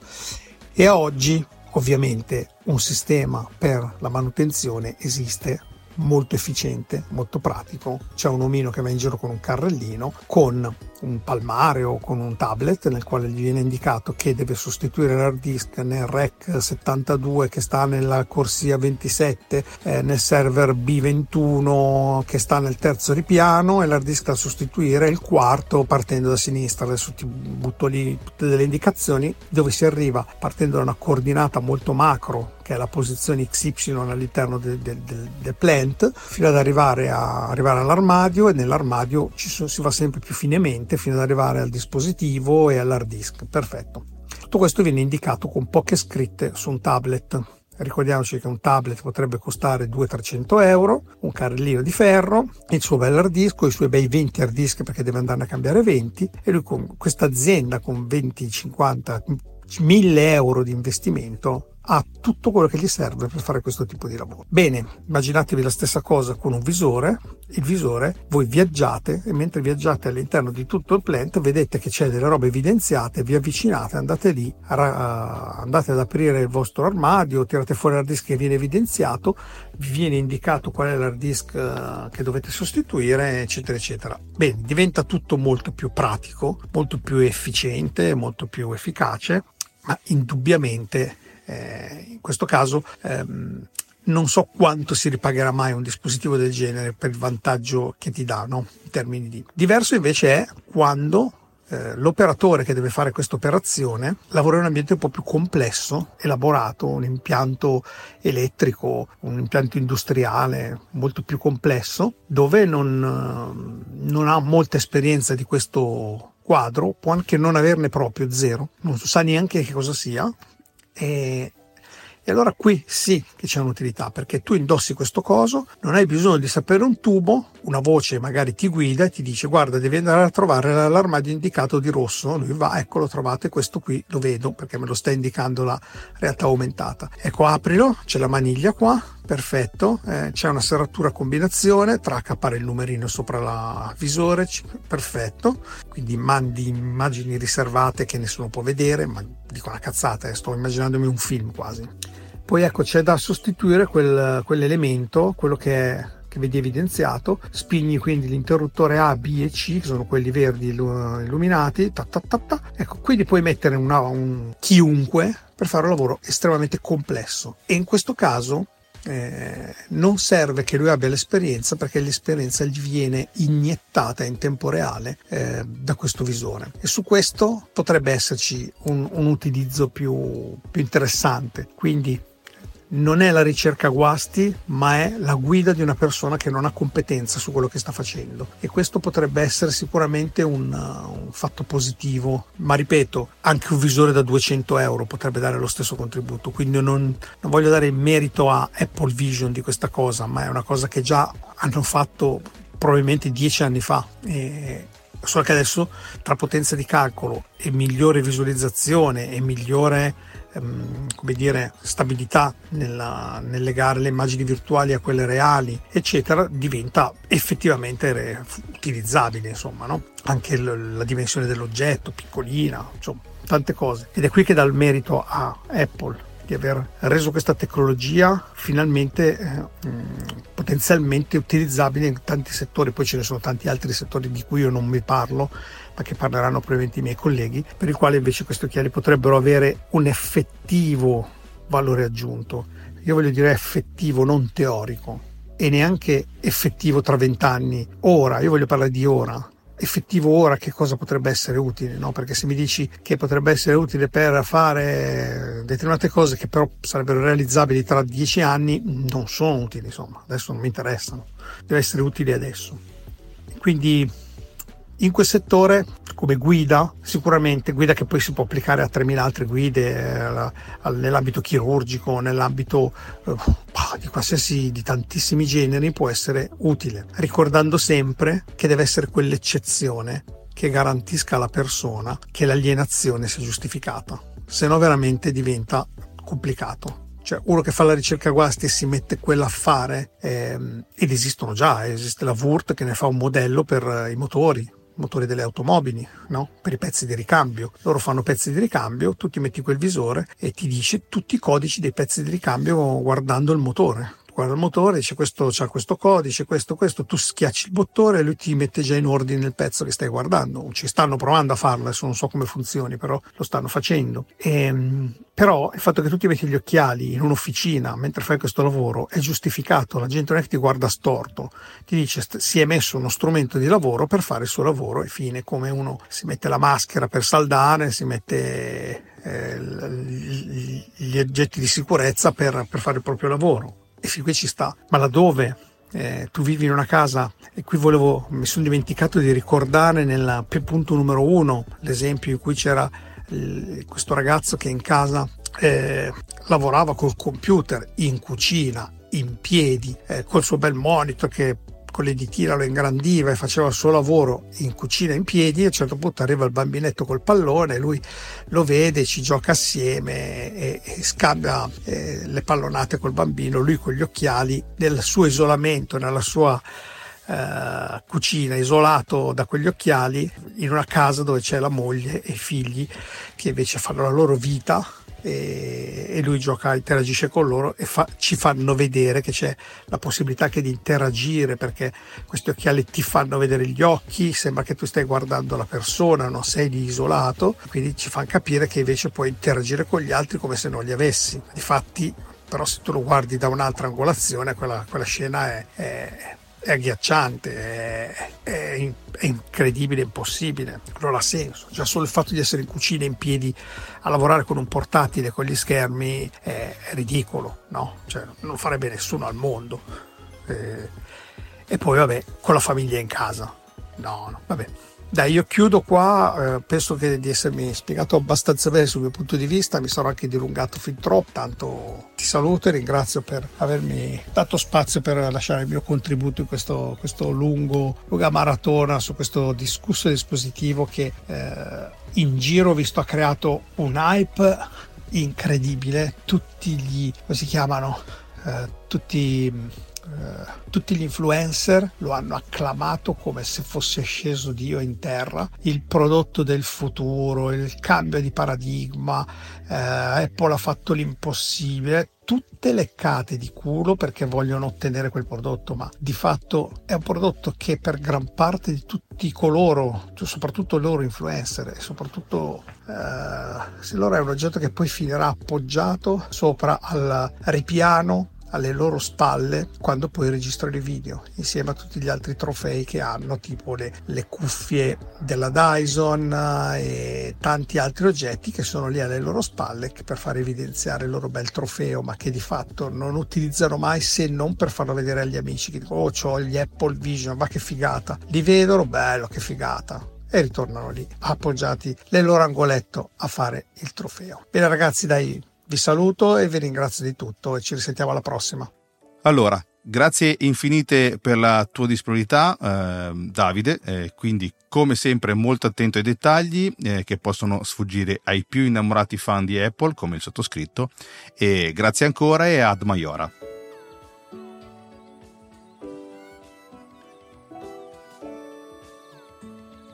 E oggi ovviamente un sistema per la manutenzione esiste, molto efficiente, molto pratico. C'è un omino che va in giro con un carrellino, con un palmare o con un tablet nel quale gli viene indicato che deve sostituire l'hard disk nel rack settantadue che sta nella corsia ventisette, eh, nel server B ventuno che sta nel terzo ripiano, e l'hard disk da sostituire è il quarto partendo da sinistra. Adesso ti butto lì tutte delle indicazioni dove si arriva partendo da una coordinata molto macro che è la posizione X Y all'interno del, del, del, del plant, fino ad arrivare, a, arrivare all'armadio, e nell'armadio ci sono, si va sempre più finemente fino ad arrivare al dispositivo e all'hard disk. Perfetto. Tutto questo viene indicato con poche scritte su un tablet. Ricordiamoci che un tablet potrebbe costare duecento trecento euro, un carrellino di ferro, il suo bel hard disk, i suoi bei venti hard disk perché deve andarne a cambiare venti, e lui con questa azienda con venti, cinquanta, mille euro di investimento ha tutto quello che gli serve per fare questo tipo di lavoro. Bene, immaginatevi la stessa cosa con un visore. Il visore, voi viaggiate e mentre viaggiate all'interno di tutto il plant vedete che c'è delle robe evidenziate, vi avvicinate, andate lì, andate ad aprire il vostro armadio, tirate fuori l'hard disk che viene evidenziato, vi viene indicato qual è l'hard disk che dovete sostituire, eccetera eccetera. Bene, diventa tutto molto più pratico, molto più efficiente, molto più efficace, ma indubbiamente Eh, in questo caso ehm, non so quanto si ripagherà mai un dispositivo del genere per il vantaggio che ti dà, no? In termini di diverso invece è quando eh, l'operatore che deve fare questa operazione lavora in un ambiente un po' più complesso, elaborato, un impianto elettrico, un impianto industriale molto più complesso, dove non, non ha molta esperienza di questo quadro, può anche non averne proprio, zero, non sa neanche che cosa sia. E, e allora qui sì che c'è un'utilità, perché tu indossi questo coso, non hai bisogno di sapere un tubo, una voce magari ti guida e ti dice guarda devi andare a trovare l'armadio indicato di rosso, lui va, ecco lo trovate, questo qui lo vedo perché me lo sta indicando la realtà aumentata, ecco aprilo, c'è la maniglia qua, perfetto, eh, c'è una serratura a combinazione, tracca, appare il numerino sopra la visore, perfetto, quindi mandi immagini riservate che nessuno può vedere, ma dico una cazzata, eh, sto immaginandomi un film quasi. Poi ecco c'è da sostituire quel, quell'elemento, quello che è che vedi evidenziato, spigni quindi l'interruttore A, B e C, che sono quelli verdi illuminati, ta ta ta ta. Ecco, quindi puoi mettere una, un chiunque per fare un lavoro estremamente complesso, e in questo caso Eh, non serve che lui abbia l'esperienza, perché l'esperienza gli viene iniettata in tempo reale eh, da questo visore, e su questo potrebbe esserci un, un utilizzo più, più interessante. Quindi non è la ricerca guasti, ma è la guida di una persona che non ha competenza su quello che sta facendo, e questo potrebbe essere sicuramente un, un fatto positivo. Ma ripeto, anche un visore da duecento euro potrebbe dare lo stesso contributo, quindi non, non voglio dare il merito a Apple Vision di questa cosa, ma è una cosa che già hanno fatto probabilmente dieci anni fa, e solo che adesso tra potenza di calcolo e migliore visualizzazione e migliore come dire stabilità nella, nel legare le immagini virtuali a quelle reali eccetera, diventa effettivamente re, utilizzabile, insomma, no? Anche l, la dimensione dell'oggetto piccolina, insomma tante cose, ed è qui che dà il merito a Apple di aver reso questa tecnologia finalmente eh, potenzialmente utilizzabile in tanti settori. Poi ce ne sono tanti altri settori di cui io non vi parlo, ma che parleranno probabilmente i miei colleghi, per i quali invece questi occhiali potrebbero avere un effettivo valore aggiunto. Io voglio dire effettivo, non teorico, e neanche effettivo tra vent'anni. Ora, io voglio parlare di ora. Effettivo ora che cosa potrebbe essere utile, no? Perché se mi dici che potrebbe essere utile per fare determinate cose che però sarebbero realizzabili tra dieci anni, non sono utili, insomma, adesso non mi interessano, deve essere utile adesso. Quindi in quel settore, come guida, sicuramente guida che poi si può applicare a tremila altre guide, eh, nell'ambito chirurgico, nell'ambito eh, di qualsiasi, di tantissimi generi, può essere utile, ricordando sempre che deve essere quell'eccezione che garantisca alla persona che l'alienazione sia giustificata, se no veramente diventa complicato. Cioè uno che fa la ricerca guasti e si mette quella a fare, ehm, ed esistono già, esiste la Wurth che ne fa un modello per i motori, motori delle automobili, no? Per i pezzi di ricambio. Loro fanno pezzi di ricambio, tu ti metti quel visore e ti dice tutti i codici dei pezzi di ricambio guardando il motore. Guarda il motore, dice questo c'ha questo codice, questo, questo, tu schiacci il bottone e lui ti mette già in ordine il pezzo che stai guardando. Ci stanno provando a farlo, adesso non so come funzioni, però lo stanno facendo. E, però il fatto che tu ti metti gli occhiali in un'officina mentre fai questo lavoro è giustificato, la gente non è che ti guarda storto, ti dice si è messo uno strumento di lavoro per fare il suo lavoro e fine, come uno si mette la maschera per saldare, si mette eh, gli oggetti di sicurezza per, per fare il proprio lavoro. E fin qui ci sta, ma laddove eh, tu vivi in una casa, e qui volevo, mi sono dimenticato di ricordare nel punto numero uno l'esempio in cui c'era eh, questo ragazzo che in casa eh, lavorava col computer, in cucina, in piedi, eh, col suo bel monitor che con le ditine lo ingrandiva e faceva il suo lavoro in cucina in piedi. A un certo punto arriva il bambinetto col pallone, lui lo vede, ci gioca assieme e, e scambia eh, le pallonate col bambino, lui con gli occhiali, nel suo isolamento, nella sua eh, cucina, isolato da quegli occhiali, in una casa dove c'è la moglie e i figli che invece fanno la loro vita, e lui gioca, interagisce con loro e fa, ci fanno vedere che c'è la possibilità anche di interagire, perché questi occhiali ti fanno vedere gli occhi, sembra che tu stai guardando la persona, non sei lì isolato, quindi ci fanno capire che invece puoi interagire con gli altri come se non li avessi. Difatti, però, se tu lo guardi da un'altra angolazione, quella, quella scena è, è è agghiacciante, è, è, è incredibile, impossibile, non ha senso. Già solo il fatto di essere in cucina in piedi a lavorare con un portatile con gli schermi è, è ridicolo, no? Cioè, non farebbe nessuno al mondo. Eh, e poi vabbè, con la famiglia in casa, no, no, vabbè. Dai, io chiudo qua, eh, penso che di essermi spiegato abbastanza bene sul mio punto di vista, mi sono anche dilungato fin troppo, tanto ti saluto e ringrazio per avermi dato spazio per lasciare il mio contributo in questo, questo lungo, lunga maratona su questo discusso dispositivo che eh, in giro, visto, ha creato un hype incredibile. Tutti gli, come si chiamano, eh, tutti... Uh, tutti gli influencer lo hanno acclamato come se fosse sceso Dio in terra, il prodotto del futuro, il cambio di paradigma, uh, Apple ha fatto l'impossibile, tutte leccate di culo perché vogliono ottenere quel prodotto, ma di fatto è un prodotto che per gran parte di tutti coloro, soprattutto loro influencer, e soprattutto uh, se loro è un oggetto che poi finirà appoggiato sopra al ripiano alle loro spalle quando poi registrano i video, insieme a tutti gli altri trofei che hanno, tipo le, le cuffie della Dyson e tanti altri oggetti che sono lì alle loro spalle per far evidenziare il loro bel trofeo, ma che di fatto non utilizzano mai, se non per farlo vedere agli amici che dicono: oh, c'ho gli Apple Vision, ma che figata, li vedono, bello, che figata, e ritornano lì appoggiati nel loro angoletto a fare il trofeo. Bene ragazzi, dai, vi saluto e vi ringrazio di tutto e ci risentiamo alla prossima. Allora, grazie infinite per la tua disponibilità, eh, Davide, eh, quindi come sempre molto attento ai dettagli eh, che possono sfuggire ai più innamorati fan di Apple come il sottoscritto, e grazie ancora e ad Maiora.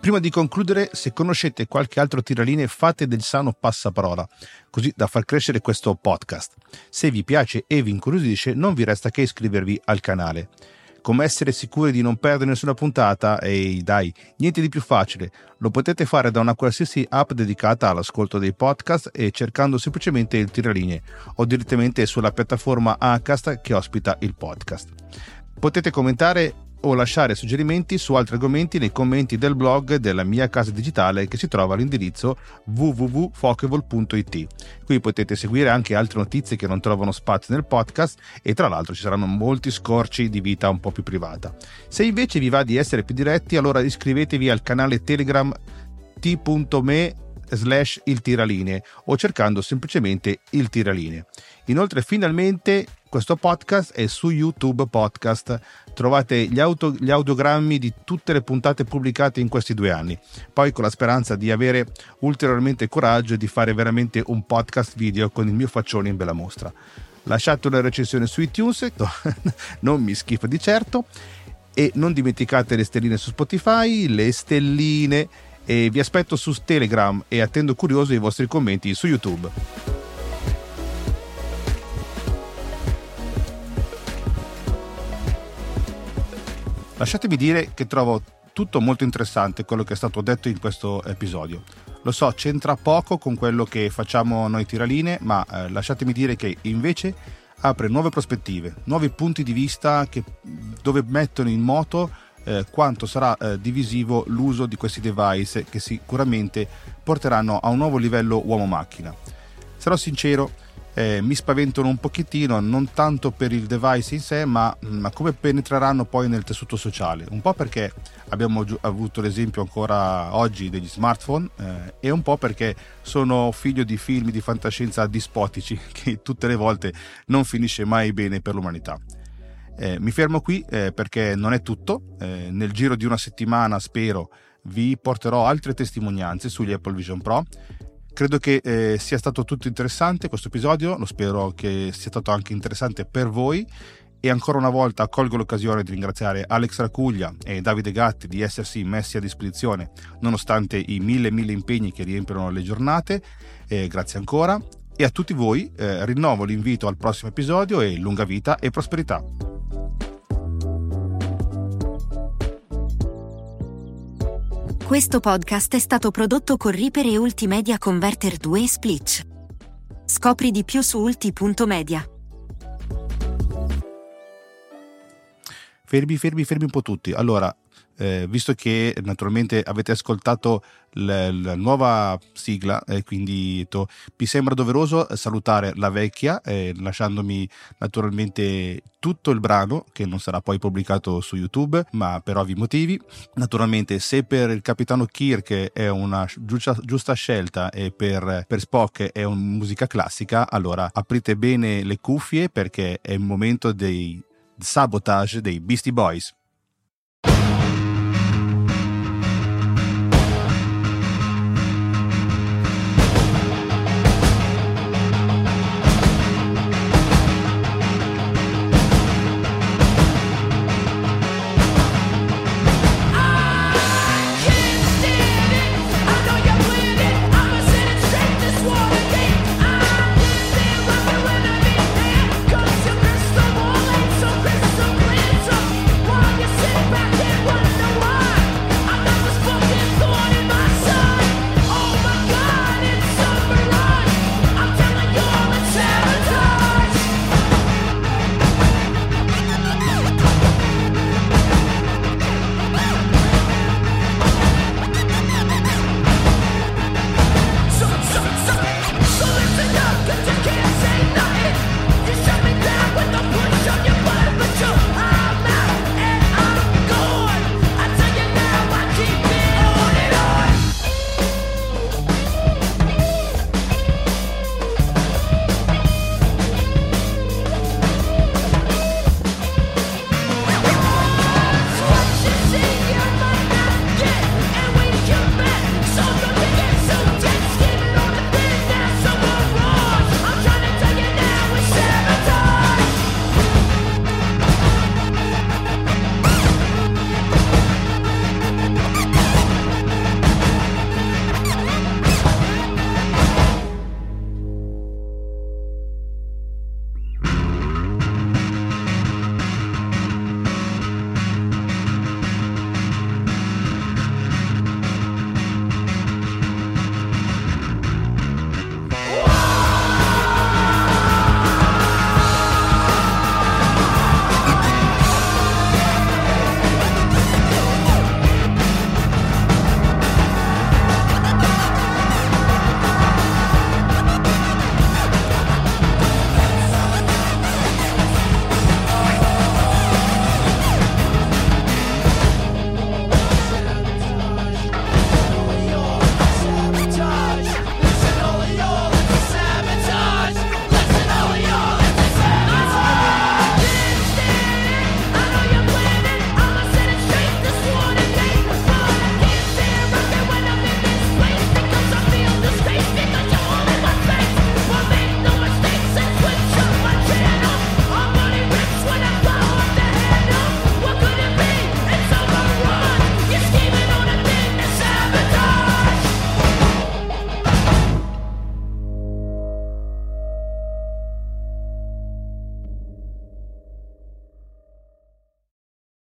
Prima di concludere, se conoscete qualche altro tiralinee, fate del sano passaparola, così da far crescere questo podcast. Se vi piace e vi incuriosisce, non vi resta che iscrivervi al canale. Come essere sicuri di non perdere nessuna puntata? Ehi, dai, niente di più facile. Lo potete fare da una qualsiasi app dedicata all'ascolto dei podcast e cercando semplicemente il tiralinee o direttamente sulla piattaforma Acast che ospita il podcast. Potete commentare o lasciare suggerimenti su altri argomenti nei commenti del blog della mia casa digitale che si trova all'indirizzo w w w punto fokevol punto i t. Qui potete seguire anche altre notizie che non trovano spazio nel podcast e tra l'altro ci saranno molti scorci di vita un po' più privata. Se invece vi va di essere più diretti, allora iscrivetevi al canale Telegram t punto m e slash il tiralinee o cercando semplicemente il tiralinee. Inoltre finalmente questo podcast è su YouTube Podcast. Trovate gli, auto, gli audiogrammi di tutte le puntate pubblicate in questi due anni. Poi con la speranza di avere ulteriormente coraggio e di fare veramente un podcast video con il mio faccione in bella mostra. Lasciate una recensione su iTunes, non mi schifo di certo, e non dimenticate le stelline su Spotify, le stelline, e vi aspetto su Telegram e attendo curioso i vostri commenti su YouTube. Lasciatemi dire che trovo tutto molto interessante quello che è stato detto in questo episodio. Lo so, c'entra poco con quello che facciamo noi tiralinee, ma eh, lasciatemi dire che invece apre nuove prospettive, nuovi punti di vista che, dove mettono in moto eh, quanto sarà eh, divisivo l'uso di questi device che sicuramente porteranno a un nuovo livello uomo-macchina. Sarò sincero, Eh, mi spaventano un pochettino, non tanto per il device in sé, ma, ma come penetreranno poi nel tessuto sociale. Un po' perché abbiamo giu- avuto l'esempio ancora oggi degli smartphone eh, e un po' perché sono figlio di film di fantascienza dispotici che tutte le volte non finisce mai bene per l'umanità. Eh, mi fermo qui eh, perché non è tutto. Eh, nel giro di una settimana, spero, vi porterò altre testimonianze sugli Apple Vision Pro. Credo che eh, sia stato tutto interessante questo episodio, lo spero che sia stato anche interessante per voi e ancora una volta colgo l'occasione di ringraziare Alex Racuglia e Davide Gatti di essersi messi a disposizione nonostante i mille mille impegni che riempiono le giornate, eh, grazie ancora, e a tutti voi eh, rinnovo l'invito al prossimo episodio e lunga vita e prosperità. Questo podcast è stato prodotto con Reaper e Ultimedia Converter due e Splitch. Scopri di più su ulti punto media. Fermi, fermi, fermi un po' tutti. Allora, eh, visto che naturalmente avete ascoltato la, la nuova sigla, eh, quindi to, mi sembra doveroso salutare la vecchia, eh, lasciandomi naturalmente tutto il brano, che non sarà poi pubblicato su YouTube, ma per ovvi motivi. Naturalmente, se per il capitano Kirk è una giusta, giusta scelta e per, per Spock è una musica classica, allora aprite bene le cuffie perché è il momento dei Sabotage dei Beastie Boys.